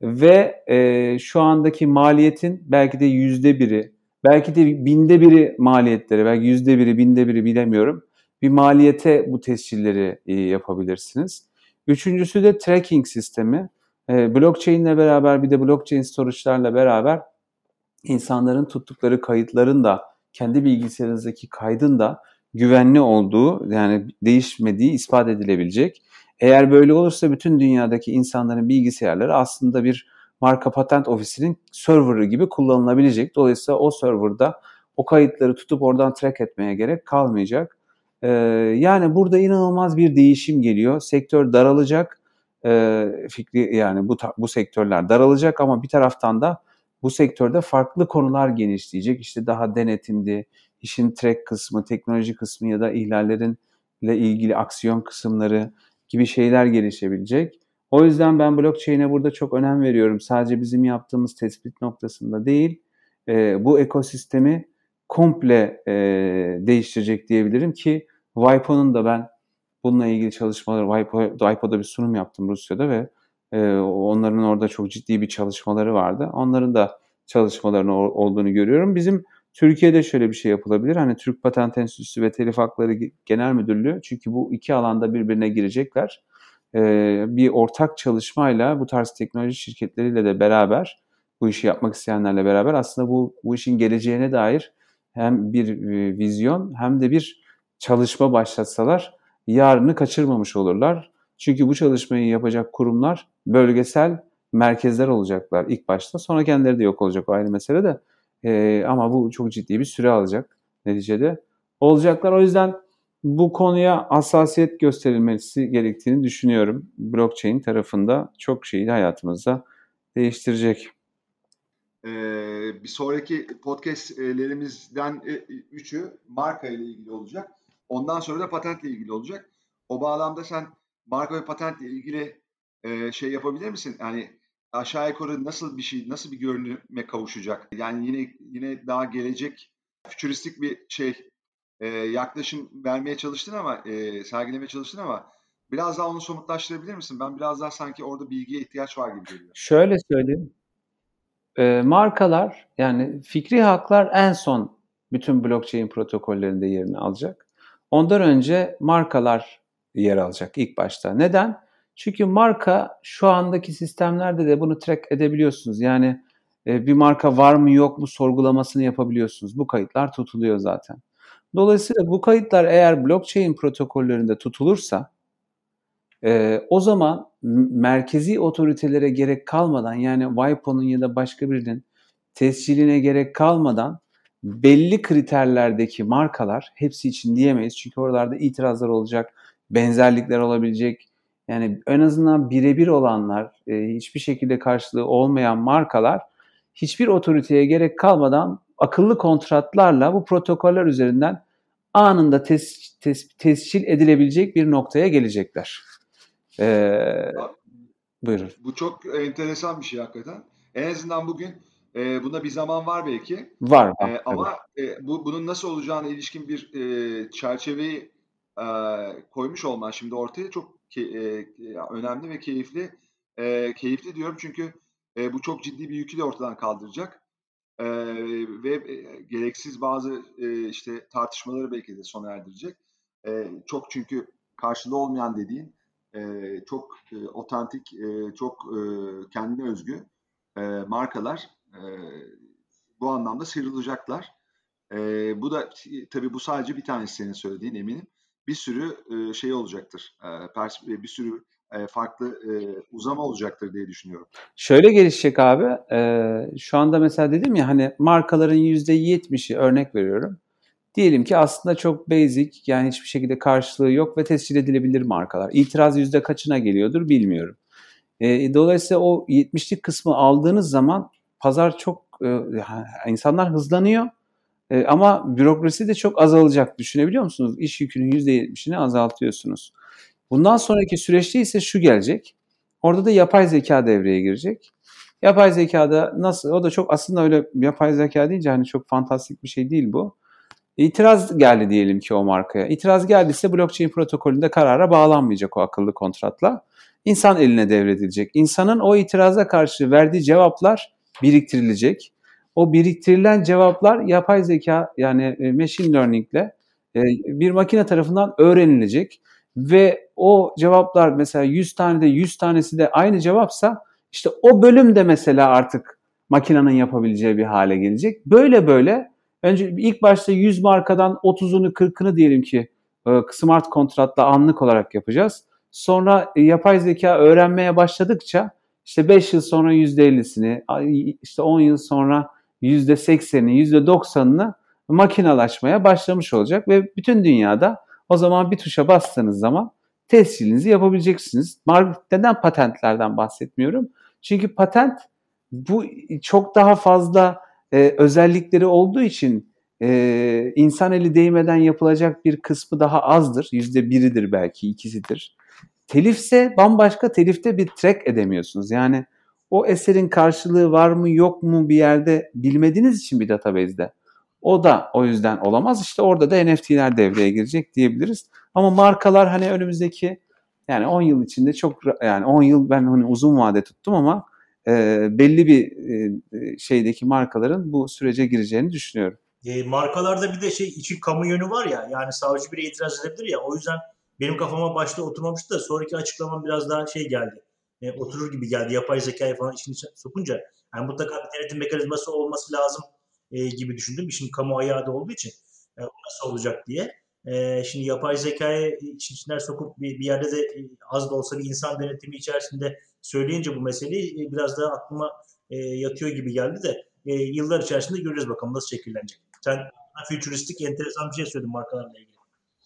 Ve e, şu andaki maliyetin belki de yüzde biri, belki de binde biri maliyetleri, belki yüzde biri, binde biri bilemiyorum. Bir maliyete bu tescilleri e, yapabilirsiniz. Üçüncüsü de tracking sistemi. E, blockchain ile beraber bir de blockchain storage'larla beraber insanların tuttukları kayıtların da kendi bilgisayarınızdaki kaydın da güvenli olduğu yani değişmediği ispat edilebilecek. Eğer böyle olursa bütün dünyadaki insanların bilgisayarları aslında bir marka patent ofisinin serverı gibi kullanılabilecek. Dolayısıyla o serverda o kayıtları tutup oradan track etmeye gerek kalmayacak. Ee, yani burada inanılmaz bir değişim geliyor. Sektör daralacak. Ee, fikri yani bu bu sektörler daralacak ama bir taraftan da bu sektörde farklı konular genişleyecek. İşte daha denetimdi, işin track kısmı, teknoloji kısmı ya da ihlallerin ile ilgili aksiyon kısımları gibi şeyler gelişebilecek. O yüzden ben blockchain'e burada çok önem veriyorum. Sadece bizim yaptığımız tespit noktasında değil, e, bu ekosistemi komple e, değiştirecek diyebilirim ki W I P O'nun da ben bununla ilgili çalışmaları, W I P O, W I P O'da bir sunum yaptım Rusya'da ve e, onların orada çok ciddi bir çalışmaları vardı. Onların da çalışmalarının olduğunu görüyorum. Bizim Türkiye'de şöyle bir şey yapılabilir. Hani Türk Patent Enstitüsü ve Telif Hakları Genel Müdürlüğü çünkü bu iki alanda birbirine girecekler. Ee, bir ortak çalışmayla bu tarz teknoloji şirketleriyle de beraber bu işi yapmak isteyenlerle beraber aslında bu, bu işin geleceğine dair hem bir e, vizyon hem de bir çalışma başlatsalar yarını kaçırmamış olurlar. Çünkü bu çalışmayı yapacak kurumlar bölgesel merkezler olacaklar ilk başta. Sonra kendileri de yok olacak o ayrı mesele de. Ee, ama bu çok ciddi bir süre alacak neticede. Olacaklar. O yüzden bu konuya hassasiyet gösterilmesi gerektiğini düşünüyorum. Blockchain tarafında çok şeyi hayatımızda değiştirecek. Ee, bir sonraki podcastlerimizden e, üçü marka ile ilgili olacak. Ondan sonra da patentle ilgili olacak. O bağlamda sen marka ve patentle ilgili e, şey yapabilir misin? Yani aşağı yukarı nasıl bir şey, nasıl bir görünüme kavuşacak? Yani yine yine daha gelecek, fütüristik bir şey e, yaklaşım vermeye çalıştın ama e, sergilemeye çalıştın ama biraz daha onu somutlaştırabilir misin? Ben biraz daha sanki orada bilgiye ihtiyaç var gibi geliyor. Şöyle söyleyeyim. E, markalar yani fikri haklar en son bütün blockchain protokollerinde yerini alacak. Ondan önce markalar yer alacak ilk başta. Neden? Çünkü marka şu andaki sistemlerde de bunu track edebiliyorsunuz. Yani e, bir marka var mı yok mu sorgulamasını yapabiliyorsunuz. Bu kayıtlar tutuluyor zaten. Dolayısıyla bu kayıtlar eğer blockchain protokollerinde tutulursa e, o zaman merkezi otoritelere gerek kalmadan yani W I P O'nun ya da başka birinin tesciline gerek kalmadan belli kriterlerdeki markalar hepsi için diyemeyiz. Çünkü oralarda itirazlar olacak, benzerlikler olabilecek. Yani en azından birebir olanlar, e, hiçbir şekilde karşılığı olmayan markalar hiçbir otoriteye gerek kalmadan akıllı kontratlarla bu protokoller üzerinden anında tes, tes, tescil edilebilecek bir noktaya gelecekler. Ee, buyurun. Bu çok enteresan bir şey hakikaten. En azından bugün e, buna bir zaman var belki. Var. var e, ama e, bu bunun nasıl olacağına ilişkin bir e, çerçeveyi e, koymuş olman şimdi ortaya çok ke- e, önemli ve keyifli. E, keyifli diyorum çünkü e, bu çok ciddi bir yükü de ortadan kaldıracak. E, ve e, gereksiz bazı e, işte tartışmaları belki de sona erdirecek. E, çok çünkü karşılığı olmayan dediğin e, çok e, otantik, e, çok e, kendine özgü e, markalar e, bu anlamda sıyrılacaklar. E, bu da tabii bu sadece bir tanesi senin söylediğin eminim. Bir sürü e, şey olacaktır. E, pers- bir sürü e, farklı e, uzama olacaktır diye düşünüyorum. Şöyle gelişecek abi. E, şu anda mesela dedim ya hani markaların yüzde yetmişi örnek veriyorum. Diyelim ki aslında çok basic yani hiçbir şekilde karşılığı yok ve tescil edilebilir markalar. İtiraz yüzde kaçına geliyordur bilmiyorum. E, dolayısıyla o yetmişlik kısmı aldığınız zaman pazar çok e, insanlar hızlanıyor. E, ama bürokrasi de çok azalacak. Düşünebiliyor musunuz? İş yükünün yüzde yetmişini azaltıyorsunuz. Bundan sonraki süreçte ise şu gelecek. Orada da yapay zeka devreye girecek. Yapay zekada nasıl? O da çok aslında öyle yapay zeka deyince hani çok fantastik bir şey değil bu. İtiraz geldi diyelim ki o markaya. İtiraz geldiyse blockchain protokolünde karara bağlanmayacak o akıllı kontratla. İnsan eline devredilecek. İnsanın o itiraza karşı verdiği cevaplar biriktirilecek. O biriktirilen cevaplar yapay zeka yani machine learning ile bir makine tarafından öğrenilecek. Ve o cevaplar mesela yüz tane de yüz tanesi de aynı cevapsa işte o bölüm de mesela artık makinenin yapabileceği bir hale gelecek. Böyle böyle önce ilk başta yüz markadan otuzunu kırkını diyelim ki smart kontratla anlık olarak yapacağız. Sonra yapay zeka öğrenmeye başladıkça işte beş yıl sonra yüzde ellisini, işte on yıl sonra yüzde seksenini, yüzde doksanını makinalaşmaya başlamış olacak ve bütün dünyada o zaman bir tuşa bastığınız zaman tescilinizi yapabileceksiniz. Neden patentlerden bahsetmiyorum? Çünkü patent bu çok daha fazla e, özellikleri olduğu için e, insan eli değmeden yapılacak bir kısmı daha azdır. Yüzde biridir belki, ikisidir. Telifse bambaşka, telifte bir track edemiyorsunuz. Yani o eserin karşılığı var mı yok mu bir yerde bilmediğiniz için bir database'de. O da o yüzden olamaz. İşte orada da N F T'ler devreye girecek diyebiliriz. Ama markalar hani önümüzdeki yani on yıl içinde çok yani on yıl ben hani uzun vade tuttum ama e, belli bir e, şeydeki markaların bu sürece gireceğini düşünüyorum. E, markalarda bir de şey için kamu yönü var ya, yani savcı bile itiraz edebilir ya, o yüzden benim kafama başta oturmamıştı da sonraki açıklamam biraz daha şey geldi. E, oturur gibi geldi. Yapay zekayı falan işin içine sokunca yani mutlaka bir denetim mekanizması olması lazım e, gibi düşündüm. İşin kamu ayağı da olduğu için e, nasıl olacak diye. E, şimdi yapay zekayı işin içine sokup bir, bir yerde de e, az da olsa bir insan denetimi içerisinde söyleyince bu meseleyi e, biraz daha aklıma e, yatıyor gibi geldi de e, yıllar içerisinde göreceğiz bakalım nasıl şekillenecek. Sen futuristik enteresan bir şey söyledin markalarla ilgili.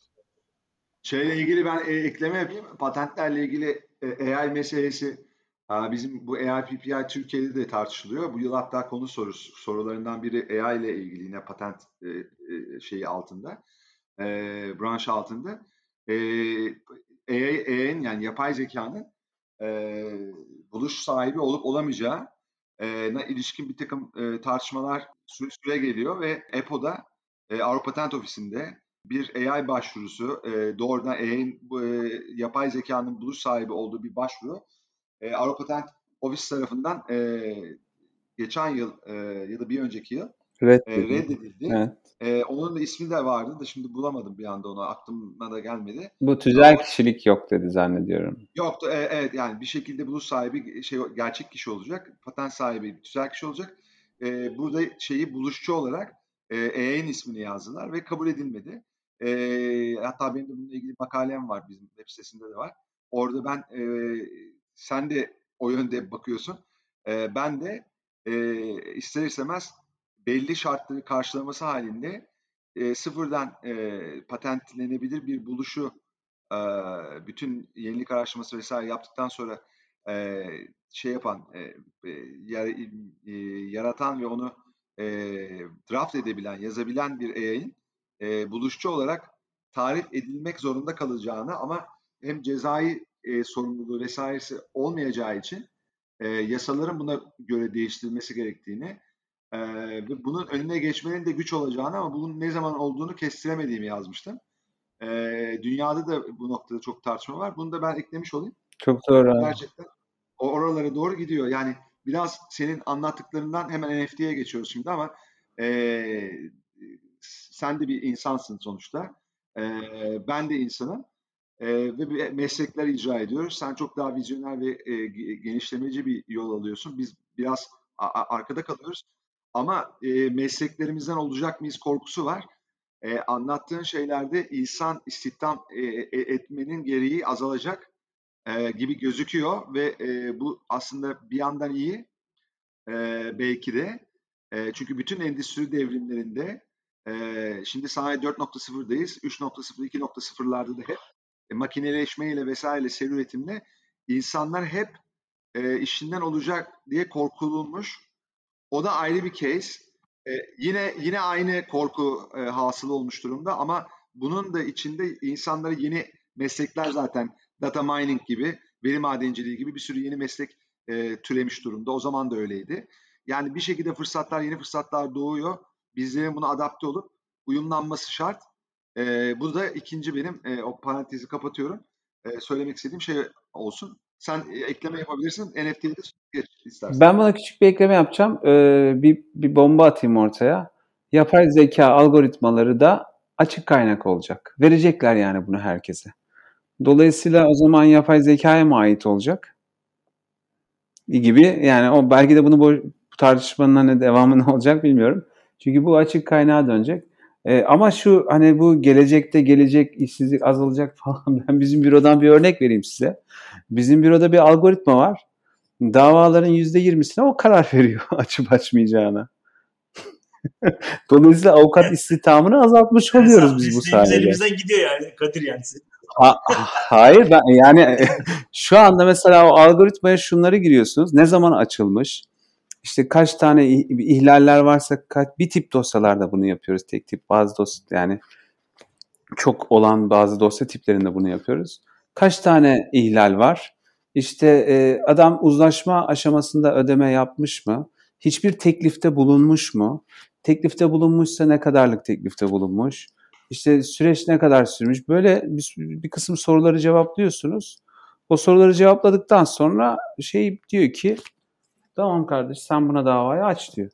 Şeyle ilgili ben e, ekleme yapayım. Patentlerle ilgili e, A I meselesi a, bizim bu A I P P I Türkiye'de de tartışılıyor. Bu yıl hatta konu sorusu, sorularından biri A I ile ilgili yine patent e, e, şeyi altında, e, branş altında. E, A I'nin yani yapay zekanın e, buluş sahibi olup olamayacağı e, na ilişkin bir takım e, tartışmalar süre, süre geliyor ve E P O'da e, Avrupa Patent Ofisi'nde bir A I başvurusu, e, doğrudan A I'nin bu, e, yapay zekanın buluş sahibi olduğu bir başvuru e, Avrupa Patent Ofisi tarafından e, geçen yıl e, ya da bir önceki yıl e, Reddedildi. reddedildi. Evet. E, onun da ismi de vardı da şimdi bulamadım bir anda onu, aklıma da gelmedi. Bu tüzel Ama kişilik yok dedi zannediyorum. yoktu. E, evet yani bir şekilde buluş sahibi şey gerçek kişi olacak, patent sahibi tüzel kişi olacak. E, burada şeyi buluşçu olarak e, A I'nin ismini yazdılar ve kabul edilmedi. E, hatta benim de bununla ilgili makalem var, bizim web sitesinde de var. Orada ben e, sen de o yönde bakıyorsun. E, ben de e, ister istemez belli şartları karşılaması halinde e, sıfırdan e, patentlenebilir bir buluşu e, bütün yenilik araştırması vesaire yaptıktan sonra e, şey yapan, e, e, yar, e, yaratan ve onu e, draft edebilen, yazabilen bir A I'nin e, buluşçu olarak tarif edilmek zorunda kalacağını ama hem cezai e, sorumluluğu vesairesi olmayacağı için e, yasaların buna göre değiştirilmesi gerektiğini e, ve bunun önüne geçmenin de güç olacağını ama bunun ne zaman olduğunu kestiremediğimi yazmıştım. E, dünyada da bu noktada çok tartışma var. Bunu da ben eklemiş olayım. Çok doğru abi. Gerçekten o oralara doğru gidiyor. Yani biraz senin anlattıklarından hemen N F T'ye geçiyoruz şimdi ama e, sen de bir insansın sonuçta. E, ben de insanım. E, ve bir meslekler icra ediyoruz. Sen çok daha vizyoner ve e, genişlemeci bir yol alıyorsun. Biz biraz arkada kalıyoruz. Ama e, mesleklerimizden olacak mıyız korkusu var. E, anlattığın şeylerde insan istihdam e, e, etmenin gereği azalacak e, gibi gözüküyor ve e, bu aslında bir yandan iyi e, belki de e, çünkü bütün endüstri devrimlerinde e, şimdi sanayi dört nokta sıfırdayız. üç nokta sıfır, iki nokta sıfırlarda da hep e, makineleşmeyle vesaire seri üretimle insanlar hep e, işinden olacak diye korkulmuş. O da ayrı bir case. E, yine yine aynı korku e, hasıl olmuş durumda ama bunun da içinde insanlara yeni meslekler zaten data mining gibi, veri madenciliği gibi bir sürü yeni meslek e, türemiş durumda. O zaman da öyleydi. Yani bir şekilde fırsatlar, yeni fırsatlar doğuyor. Bizlerin buna adapte olup uyumlanması şart. E, bu da ikinci benim e, o parantezi kapatıyorum. E, söylemek istediğim şey olsun. Sen e, ekleme yapabilirsin. N F T'ye de geç istersen. Ben buna küçük bir ekleme yapacağım. Ee, bir, bir bomba atayım ortaya. Yapay zeka algoritmaları da açık kaynak olacak. Verecekler yani bunu herkese. Dolayısıyla o zaman yapay zekaya mı ait olacak? Gibi yani o belki de bunu bu, bu tartışmanın hani devamı ne olacak bilmiyorum. Çünkü bu açık kaynağa dönecek. Ee, ama şu hani bu gelecekte gelecek işsizlik azalacak falan. Ben bizim bürodan bir örnek vereyim size. Bizim büroda bir algoritma var. Davaların yüzde yirmisine o karar veriyor açıp açmayacağına. Dolayısıyla avukat istihdamını azaltmış Yani oluyoruz sen biz bu mesleğimiz sayede. elimizden gidiyor yani Kadir yani. Ha, hayır ben yani şu anda mesela o algoritmaya şunları giriyorsunuz. Ne zaman açılmış? İşte kaç tane ihlaller varsa kaç, bir tip dosyalarda bunu yapıyoruz. Tek tip bazı dosya yani çok olan bazı dosya tiplerinde bunu yapıyoruz. Kaç tane ihlal var? İşte e, adam uzlaşma aşamasında ödeme yapmış mı? Hiçbir teklifte bulunmuş mu? Teklifte bulunmuşsa ne kadarlık teklifte bulunmuş? İşte süreç ne kadar sürmüş? Böyle bir, bir kısım soruları cevaplıyorsunuz. O soruları cevapladıktan sonra şey diyor ki tamam kardeş sen buna davayı aç diyor.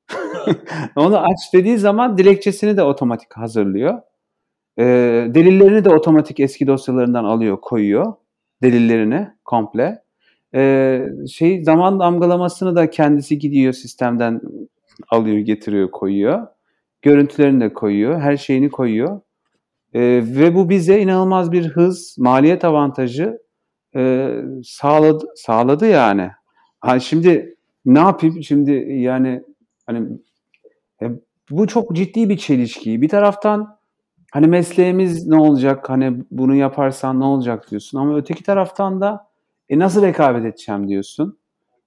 Onu aç dediği zaman dilekçesini de otomatik hazırlıyor. E, delillerini de otomatik eski dosyalarından alıyor, koyuyor. Delillerini komple. E, şey zaman damgalamasını da kendisi gidiyor sistemden alıyor, getiriyor, koyuyor. Görüntülerini de koyuyor, her şeyini koyuyor. E, ve bu bize inanılmaz bir hız, maliyet avantajı e, sağladı, sağladı yani. Ha, şimdi ne yapayım? Şimdi yani hani e, bu çok ciddi bir çelişki. Bir taraftan hani mesleğimiz ne olacak? Hani bunu yaparsan ne olacak diyorsun. Ama öteki taraftan da e, nasıl rekabet edeceğim diyorsun.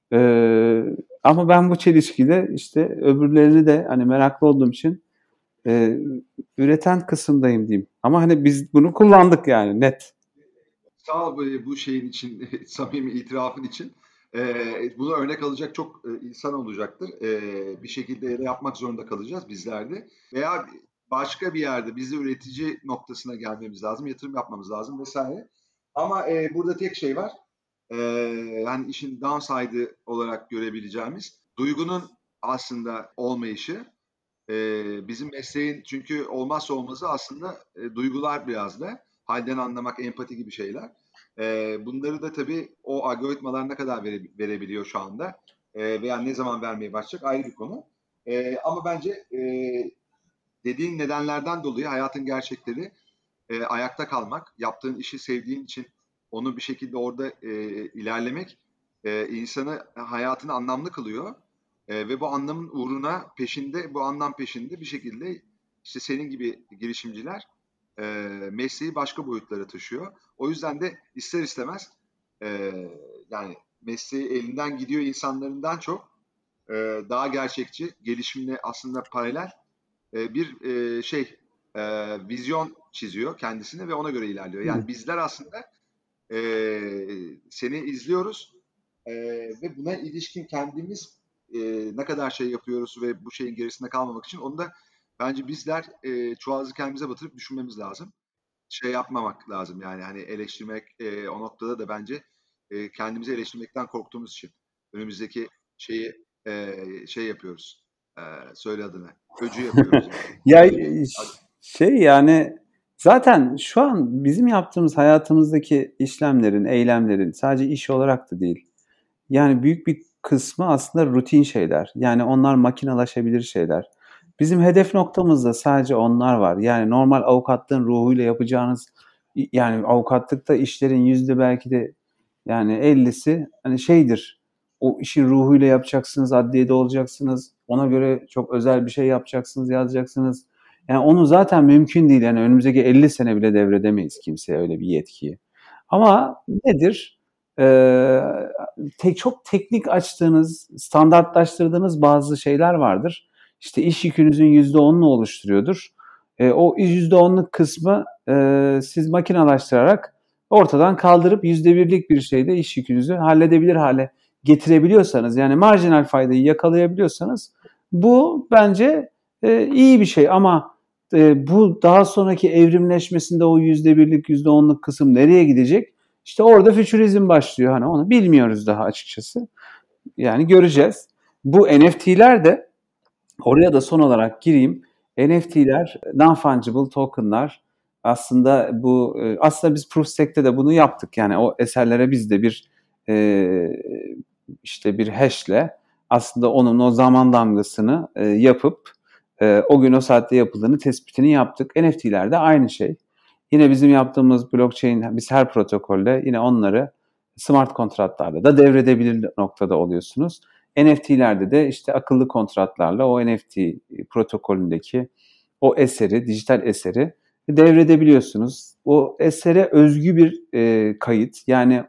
Ee, ama ben bu çelişkide işte öbürlerini de hani meraklı olduğum için e, üreten kısımdayım diyeyim. Ama hani biz bunu kullandık yani net. Sağ ol bu, bu şeyin için, samimi itirafın için. Ee, buna örnek alacak çok e, insan olacaktır. Ee, bir şekilde ya da yapmak zorunda kalacağız bizler de. Veya başka bir yerde biz de üretici noktasına gelmemiz lazım, yatırım yapmamız lazım vesaire. Ama e, burada tek şey var. Ee, yani işin downside'ı olarak görebileceğimiz duygunun aslında olmayışı. Ee, bizim mesleğin çünkü olmazsa olmazı aslında e, duygular biraz da. Halden anlamak, empati gibi şeyler. Ee, bunları da tabii o algoritmalar ne kadar vere, verebiliyor şu anda ee, veya ne zaman vermeye başlayacak ayrı bir konu. Ee, ama bence e, dediğin nedenlerden dolayı hayatın gerçekleri e, ayakta kalmak, yaptığın işi sevdiğin için onu bir şekilde orada e, ilerlemek e, insanı hayatını anlamlı kılıyor. E, ve bu anlamın uğruna peşinde, bu anlam peşinde bir şekilde işte senin gibi girişimciler e, mesleği başka boyutlara taşıyor. O yüzden de ister istemez e, yani mesleği elinden gidiyor insanlarından çok e, daha gerçekçi, gelişimle aslında paralel e, bir e, şey e, vizyon çiziyor kendisine ve ona göre ilerliyor. Yani bizler aslında e, seni izliyoruz e, ve buna ilişkin kendimiz e, ne kadar şey yapıyoruz ve bu şeyin gerisinde kalmamak için onu da bence bizler e, çuvaldızı kendimize batırıp düşünmemiz lazım. şey yapmamak lazım yani hani eleştirmek e, o noktada da bence e, kendimizi eleştirmekten korktuğumuz için önümüzdeki şeyi e, şey yapıyoruz. E, söyle adını. Öcü yapıyoruz yani. Ya Öyle bir şey yani zaten şu an bizim yaptığımız hayatımızdaki işlemlerin, eylemlerin sadece iş olarak da değil. Yani büyük bir kısmı aslında rutin şeyler. Yani onlar makinalaşabilir şeyler. Bizim hedef noktamızda sadece onlar var. Yani normal avukatlığın ruhuyla yapacağınız yani avukatlıkta işlerin yüzde belki de yani ellisi hani şeydir. O işin ruhuyla yapacaksınız, adliyede olacaksınız. Ona göre çok özel bir şey yapacaksınız, yazacaksınız. Yani onu zaten mümkün değil. Yani önümüzdeki elli sene bile devredemeyiz kimseye öyle bir yetkiyi. Ama nedir? Ee, tek çok teknik açtığınız, standartlaştırdığınız bazı şeyler vardır. İşte iş yükünüzün yüzde onunu oluşturuyordur. E, o yüzde onluk kısmı e, siz makinalaştırarak ortadan kaldırıp yüzde birlik bir şeyde iş yükünüzü halledebilir hale getirebiliyorsanız, yani marjinal faydayı yakalayabiliyorsanız bu bence e, iyi bir şey. Ama e, bu daha sonraki evrimleşmesinde o yüzde birlik, yüzde onluk kısım nereye gidecek? İşte orada fütürizm başlıyor. Hani onu bilmiyoruz daha açıkçası. Yani göreceğiz. Bu N F T'ler de oraya da son olarak gireyim. N F T'ler, non-fungible token'lar aslında bu aslında biz Proofstack'te de bunu yaptık. Yani o eserlere biz de bir e, işte bir hash'le aslında onun o zaman damgasını e, yapıp e, o gün o saatte yapıldığını tespitini yaptık. N F T'ler de aynı şey. Yine bizim yaptığımız blockchain, biz her protokolle yine onları smart kontratlarla da devredebilir noktada oluyorsunuz. N F T'lerde de işte akıllı kontratlarla o N F T protokolündeki o eseri, dijital eseri devredebiliyorsunuz. O esere özgü bir e, kayıt, yani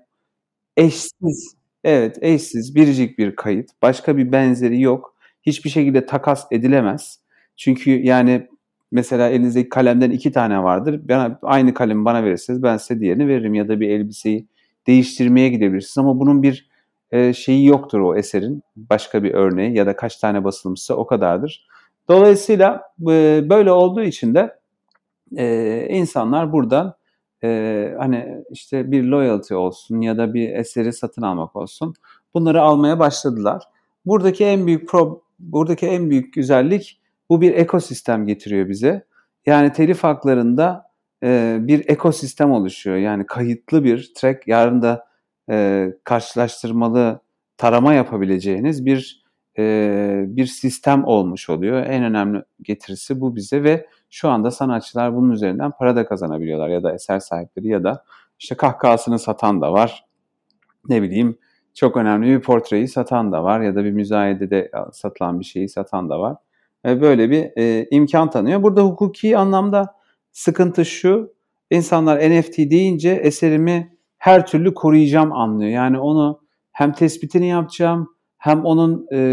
eşsiz, evet eşsiz, biricik bir kayıt. Başka bir benzeri yok. Hiçbir şekilde takas edilemez. Çünkü yani mesela elinizdeki kalemden iki tane vardır. Ben, aynı kalemi bana verirseniz ben size diğerini veririm ya da bir elbiseyi değiştirmeye gidebilirsiniz. Ama bunun bir e, şeyi yoktur o eserin. Başka bir örneği ya da kaç tane basılmışsa o kadardır. Dolayısıyla e, böyle olduğu için de e, insanlar buradan e, hani işte bir loyalty olsun ya da bir eseri satın almak olsun, bunları almaya başladılar. Buradaki en büyük pro, buradaki en büyük güzellik, bu bir ekosistem getiriyor bize. Yani telif haklarında e, bir ekosistem oluşuyor. Yani kayıtlı bir track, yarın da e, karşılaştırmalı tarama yapabileceğiniz bir e, bir sistem olmuş oluyor. En önemli getirisi bu bize ve şu anda sanatçılar bunun üzerinden para da kazanabiliyorlar ya da eser sahipleri ya da işte kahkahasını satan da var. Ne bileyim çok önemli bir portreyi satan da var ya da bir müzayedede satılan bir şeyi satan da var. Böyle bir e, imkan tanıyor. Burada hukuki anlamda sıkıntı şu: insanlar N F T deyince eserimi her türlü koruyacağım anlıyor. Yani onu hem tespitini yapacağım hem onun e,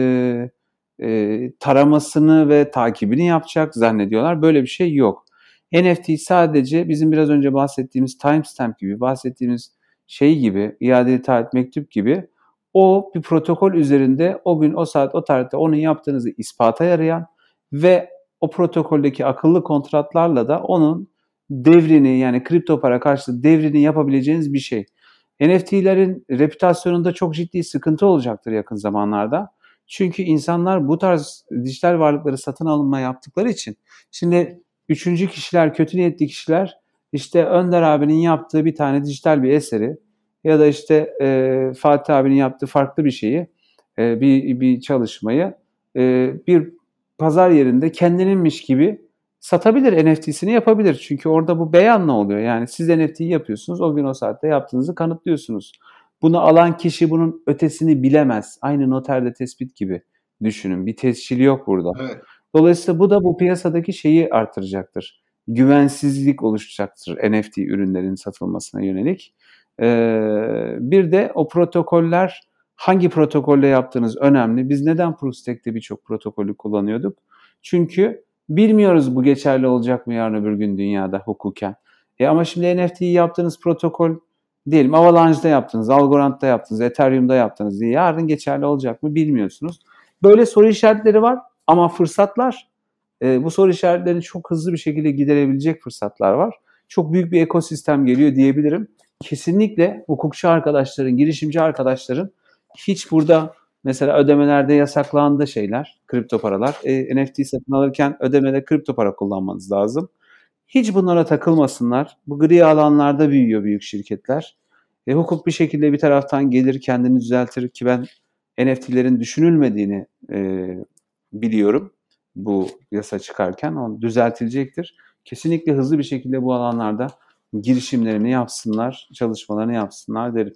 e, taramasını ve takibini yapacak zannediyorlar. Böyle bir şey yok. N F T sadece bizim biraz önce bahsettiğimiz timestamp gibi, bahsettiğimiz şey gibi, iadeli taahhüt mektup gibi, o bir protokol üzerinde o gün, o saat, o tarihte onun yaptığınızı ispata yarayan ve o protokoldeki akıllı kontratlarla da onun devrini, yani kripto para karşılığı devrini yapabileceğiniz bir şey. N F T'lerin reputasyonunda çok ciddi sıkıntı olacaktır yakın zamanlarda. Çünkü insanlar bu tarz dijital varlıkları satın alınma yaptıkları için, şimdi üçüncü kişiler, kötü niyetli kişiler işte Önder abinin yaptığı bir tane dijital bir eseri ya da işte e, Fatih abinin yaptığı farklı bir şeyi, e, bir, bir çalışmayı e, bir pazar yerinde kendininmiş gibi satabilir, N F T'sini yapabilir. Çünkü orada bu beyanla oluyor. Yani siz N F T'yi yapıyorsunuz, o gün o saatte yaptığınızı kanıtlıyorsunuz. Bunu alan kişi bunun ötesini bilemez. Aynı noterde tespit gibi düşünün. Bir tescili yok burada. Evet. Dolayısıyla bu da bu piyasadaki şeyi artıracaktır. Güvensizlik oluşacaktır N F T ürünlerin satılmasına yönelik. Ee, bir de o protokoller, hangi protokolle yaptığınız önemli. Biz neden Proofstack'te birçok protokolü kullanıyorduk? Çünkü bilmiyoruz bu geçerli olacak mı yarın öbür gün dünyada hukuken. E ama şimdi N F T'yi yaptığınız protokol, diyelim Avalanche'da yaptınız, Algorand'da yaptınız, Ethereum'da yaptınız diye yarın geçerli olacak mı bilmiyorsunuz. Böyle soru işaretleri var ama fırsatlar, e, bu soru işaretlerini çok hızlı bir şekilde giderebilecek fırsatlar var. çok büyük bir ekosistem geliyor diyebilirim. Kesinlikle hukukçu arkadaşların, girişimci arkadaşların hiç burada mesela ödemelerde yasaklandı şeyler, kripto paralar. E, N F T satın alırken ödemede kripto para kullanmanız lazım. Hiç bunlara takılmasınlar. Bu gri alanlarda büyüyor büyük şirketler. E, hukuk bir şekilde bir taraftan gelir, kendini düzeltir ki ben N F T'lerin düşünülmediğini e, biliyorum. Bu yasa çıkarken o düzeltilecektir. Kesinlikle hızlı bir şekilde bu alanlarda girişimlerini yapsınlar, çalışmalarını yapsınlar derim.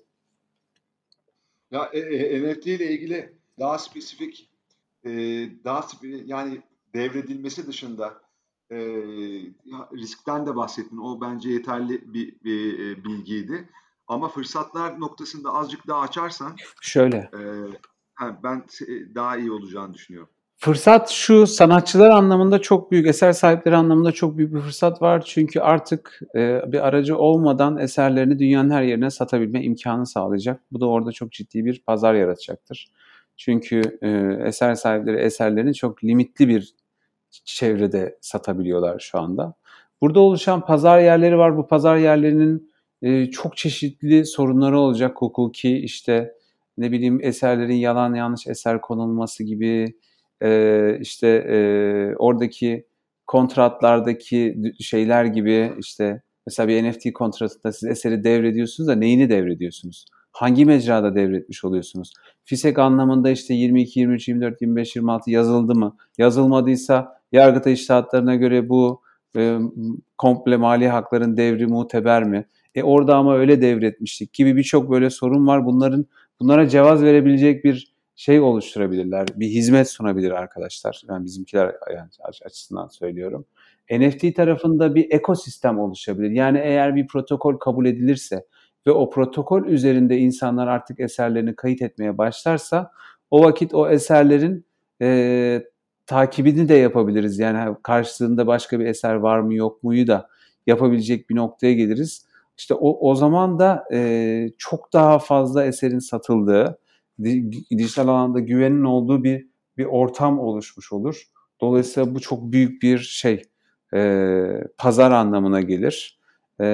Ya e, e, N F T ile ilgili daha spesifik, e, daha spe- yani devredilmesi dışında e, riskten de bahsettin. O bence yeterli bir, bir e, bilgiydi. Ama fırsatlar noktasında azıcık daha açarsan Şöyle. e, ha, ben daha iyi olacağını düşünüyorum. Fırsat şu, sanatçılar anlamında çok büyük, eser sahipleri anlamında çok büyük bir fırsat var. Çünkü artık e, bir aracı olmadan eserlerini dünyanın her yerine satabilme imkanı sağlayacak. Bu da orada çok ciddi bir pazar yaratacaktır. Çünkü e, eser sahipleri eserlerini çok limitli bir çevrede satabiliyorlar şu anda. Burada oluşan pazar yerleri var. Bu pazar yerlerinin e, çok çeşitli sorunları olacak. Hukuki, işte ne bileyim eserlerin yalan yanlış eser konulması gibi, e, işte e, oradaki kontratlardaki şeyler gibi, işte mesela bir N F T kontratında siz eseri devrediyorsunuz da neyini devrediyorsunuz? Hangi mecrada devretmiş oluyorsunuz? Fisek anlamında işte yirmi iki, yirmi üç, yirmi dört, yirmi beş, yirmi altı yazıldı mı? Yazılmadıysa Yargıtay iştahatlarına göre bu e, komple mali hakların devri muteber mi? E orada ama öyle devretmiştik gibi birçok böyle sorun var. Bunların bunlara cevaz verebilecek bir şey oluşturabilirler. Bir hizmet sunabilir arkadaşlar. Ben bizimkiler yani açısından söylüyorum. N F T tarafında bir ekosistem oluşabilir. Yani eğer bir protokol kabul edilirse ve o protokol üzerinde insanlar artık eserlerini kayıt etmeye başlarsa o vakit o eserlerin e, takibini de yapabiliriz. Yani karşılığında başka bir eser var mı yok muyu da yapabilecek bir noktaya geliriz. İşte o, o zaman da e, çok daha fazla eserin satıldığı, dijital alanda güvenin olduğu bir bir ortam oluşmuş olur. Dolayısıyla bu çok büyük bir şey, e, pazar anlamına gelir. E,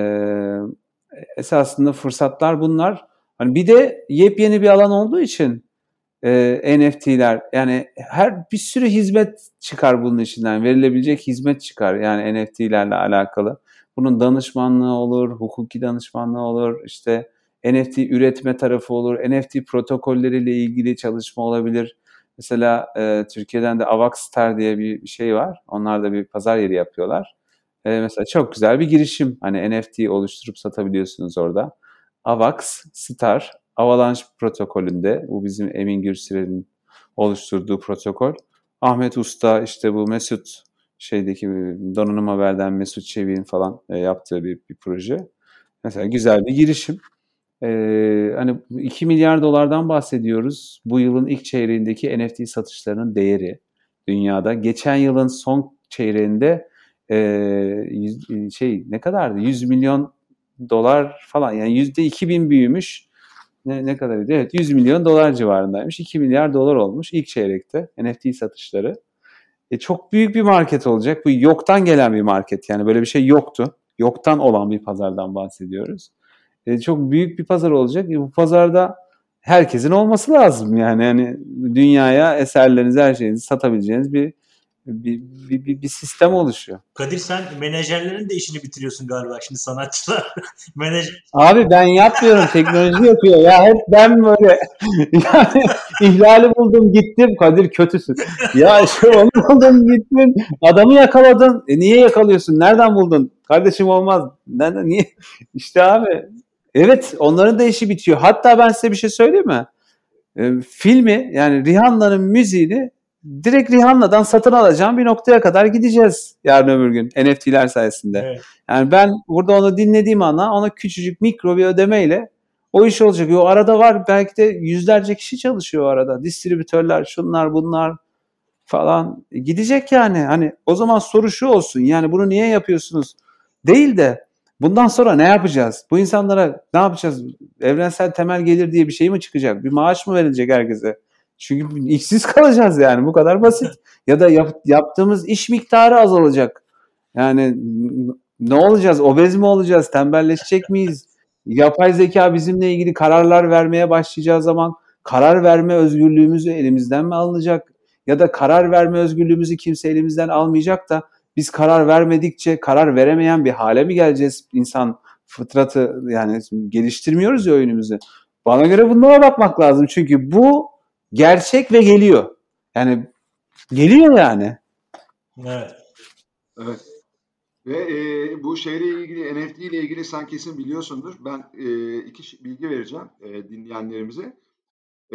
esasında fırsatlar bunlar. Hani bir de yepyeni bir alan olduğu için e, N F T'ler, yani her bir sürü hizmet çıkar bunun içinden, verilebilecek hizmet çıkar yani N F T'lerle alakalı. Bunun danışmanlığı olur, hukuki danışmanlığı olur, işte N F T üretme tarafı olur, N F T protokolleriyle ilgili çalışma olabilir. Mesela e, Türkiye'den de Avaxstar diye bir şey var. Onlar da bir pazar yeri yapıyorlar. E, mesela çok güzel bir girişim. Hani N F T oluşturup satabiliyorsunuz orada. Avaxstar, Avalanche protokolünde, bu bizim Emin Gürsürer'in oluşturduğu protokol. Ahmet Usta, işte bu Mesut, şeydeki Donanım Haber'den Mesut Çevik'in falan e, yaptığı bir, bir proje. Mesela güzel bir girişim. Ee, hani iki milyar dolardan bahsediyoruz. Bu yılın ilk çeyreğindeki N F T satışlarının değeri dünyada. Geçen yılın son çeyreğinde e, yüz, şey ne kadardı? yüz milyon dolar falan, yani yüzde iki bin büyümüş. Ne, ne kadarıydı? Evet, yüz milyon dolar civarındaymış. iki milyar dolar olmuş ilk çeyrekte N F T satışları. E, çok büyük bir market olacak. Bu yoktan gelen bir market, yani böyle bir şey yoktu. Yoktan olan bir pazardan bahsediyoruz. E, çok büyük bir pazar olacak. E, bu pazarda herkesin olması lazım. Yani yani dünyaya eserlerinizi, her şeyinizi satabileceğiniz bir bir, bir, bir, bir sistem oluşuyor. Kadir, sen menajerlerin de işini bitiriyorsun galiba şimdi, sanatçılar. Menajer. Abi ben yapmıyorum, teknoloji yapıyor. Ya hep ben böyle yani ihlali buldum gittim, Kadir kötüsün. Ya şu onu buldum gittin, adamı yakaladın. E niye yakalıyorsun? Nereden buldun? Kardeşim olmaz. Nereden, niye? İşte abi, evet, onların da işi bitiyor. Hatta ben size bir şey söyleyeyim mi? E, filmi, yani Rihanna'nın müziğini direkt Rihanna'dan satın alacağım bir noktaya kadar gideceğiz yarın öbür gün N F T'ler sayesinde. Evet. Yani ben burada onu dinlediğim anda ona küçücük mikro bir ödemeyle o iş olacak. O arada var, belki de yüzlerce kişi çalışıyor o arada. Distribütörler, şunlar bunlar falan gidecek yani. Hani o zaman soru şu olsun, yani bunu niye yapıyorsunuz değil de bundan sonra ne yapacağız? Bu insanlara ne yapacağız? Evrensel temel gelir diye bir şey mi çıkacak? Bir maaş mı verilecek herkese? Çünkü işsiz kalacağız, yani bu kadar basit. Ya da yap, yaptığımız iş miktarı azalacak. Yani Ne olacağız? Obez mi olacağız? Tembelleşecek miyiz? Yapay zeka bizimle ilgili kararlar vermeye başlayacağı zaman karar verme özgürlüğümüzü elimizden mi alınacak? Ya da karar verme özgürlüğümüzü kimse elimizden almayacak da biz karar vermedikçe karar veremeyen bir hale mi geleceğiz? İnsan fıtratı yani geliştirmiyoruz ya oyunumuzu. Bana göre bunlara bakmak lazım. Çünkü bu gerçek ve geliyor. Yani geliyor yani. Evet. Evet. Ve e, bu şeyle ilgili, N F T ile ilgili sen kesin biliyorsundur. Ben e, iki bilgi vereceğim e, dinleyenlerimize. E,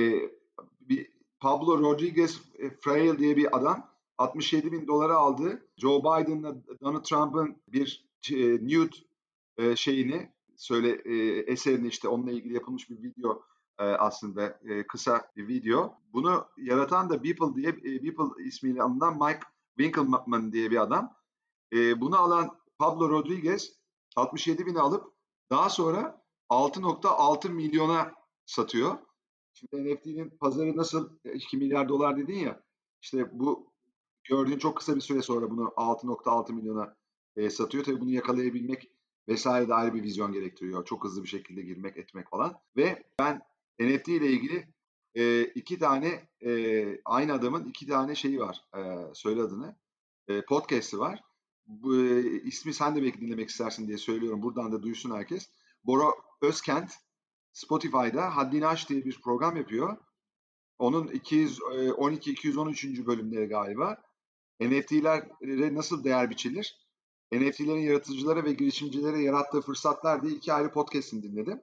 bir Pablo Rodriguez Fraile diye bir adam altmış yedi bin dolara aldı. Joe Biden'la Donald Trump'ın bir e, nude e, şeyini söyle e, eserini işte onunla ilgili yapılmış bir video e, aslında e, kısa bir video. Bunu yaratan da Beeple diye e, Beeple ismiyle anılan Mike Winkelmann diye bir adam. E, bunu alan Pablo Rodriguez altmış yedi bini alıp daha sonra altı nokta altı milyona satıyor. Şimdi N F T'nin pazarı nasıl iki milyar dolar dedin ya, işte bu gördüğün çok kısa bir süre sonra bunu altı nokta altı milyona e, satıyor. Tabii bunu yakalayabilmek vesaire de ayrı bir vizyon gerektiriyor. Çok hızlı bir şekilde girmek, etmek falan. Ve ben N F T ile ilgili e, iki tane e, aynı adamın iki tane şeyi var. E, söyle adını. E, podcast'i var. Bu, e, ismi sen de belki dinlemek istersin diye söylüyorum. Buradan da duysun herkes. Bora Özkent Spotify'da Haddini Aş diye bir program yapıyor. Onun iki yüz on iki iki yüz on üçüncü bölümleri galiba. N F T'lere nasıl değer biçilir? N F T'lerin yaratıcılara ve girişimcilere yarattığı fırsatlar diye iki ayrı podcast'ini dinledim.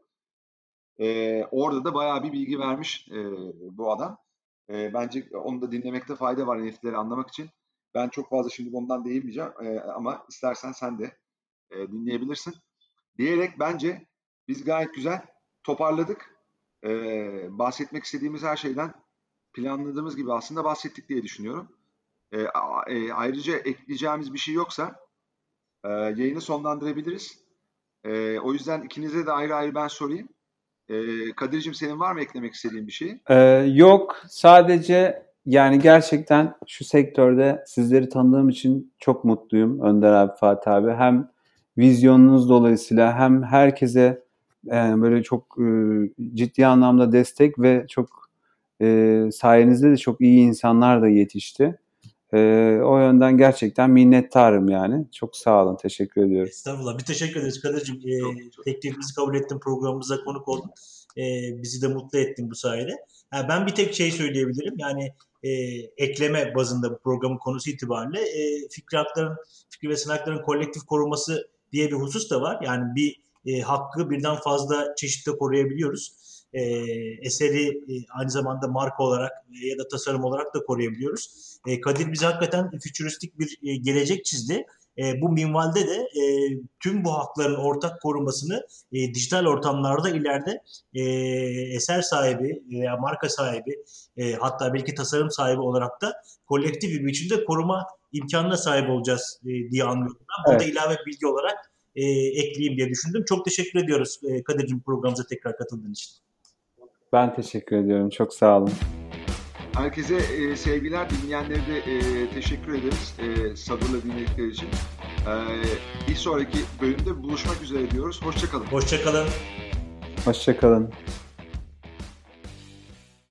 Ee, orada da bayağı bir bilgi vermiş e, bu adam. E, bence onu da dinlemekte fayda var N F T'leri anlamak için. Ben çok fazla şimdi ondan değinmeyeceğim e, ama istersen sen de e, dinleyebilirsin. Diyerek bence biz gayet güzel toparladık. E, bahsetmek istediğimiz her şeyden planladığımız gibi aslında bahsettik diye düşünüyorum. E, e, ayrıca ekleyeceğimiz bir şey yoksa e, yayını sonlandırabiliriz. E, o yüzden ikinize de ayrı ayrı ben sorayım. E, Kadir'cim senin var mı eklemek istediğin bir şey? Ee, yok. Sadece yani gerçekten şu sektörde sizleri tanıdığım için çok mutluyum Önder abi, Fatih abi. Hem vizyonunuz dolayısıyla hem herkese e, böyle çok e, ciddi anlamda destek ve çok e, sayenizde de çok iyi insanlar da yetişti. E, o yönden gerçekten minnettarım yani. Çok sağ olun. Teşekkür ediyorum. Estağfurullah. Bir teşekkür ederiz Kadir'cim. E, Çok, çok. teklifimizi kabul ettin, programımıza konuk oldun. E, bizi de mutlu ettin bu sayede. Ha, ben bir tek şey söyleyebilirim. Yani e, ekleme bazında bu programın konusu itibariyle e, fikri hakların, fikri ve sanat haklarının kolektif korunması diye bir husus da var. Yani bir e, hakkı birden fazla çeşitle koruyabiliyoruz. E, eseri e, aynı zamanda marka olarak e, ya da tasarım olarak da koruyabiliyoruz. E, Kadir bize hakikaten fütüristik bir e, gelecek çizdi. E, bu minvalde de e, tüm bu hakların ortak korunmasını e, dijital ortamlarda ileride e, eser sahibi veya marka sahibi e, hatta belki tasarım sahibi olarak da kolektif bir biçimde koruma imkanına sahip olacağız e, diye anlıyorum. Ben bunu da Evet. ilave bilgi olarak e, ekleyeyim diye düşündüm. Çok teşekkür ediyoruz e, Kadir'cim programımıza tekrar katıldığın için. Ben teşekkür ediyorum. Çok sağ olun. Herkese e, sevgiler, dinleyenlere de e, teşekkür ederiz e, sabırla dinledikleri için. E, bir sonraki bölümde buluşmak üzere diyoruz. Hoşça kalın. Hoşça kalın. Hoşça kalın.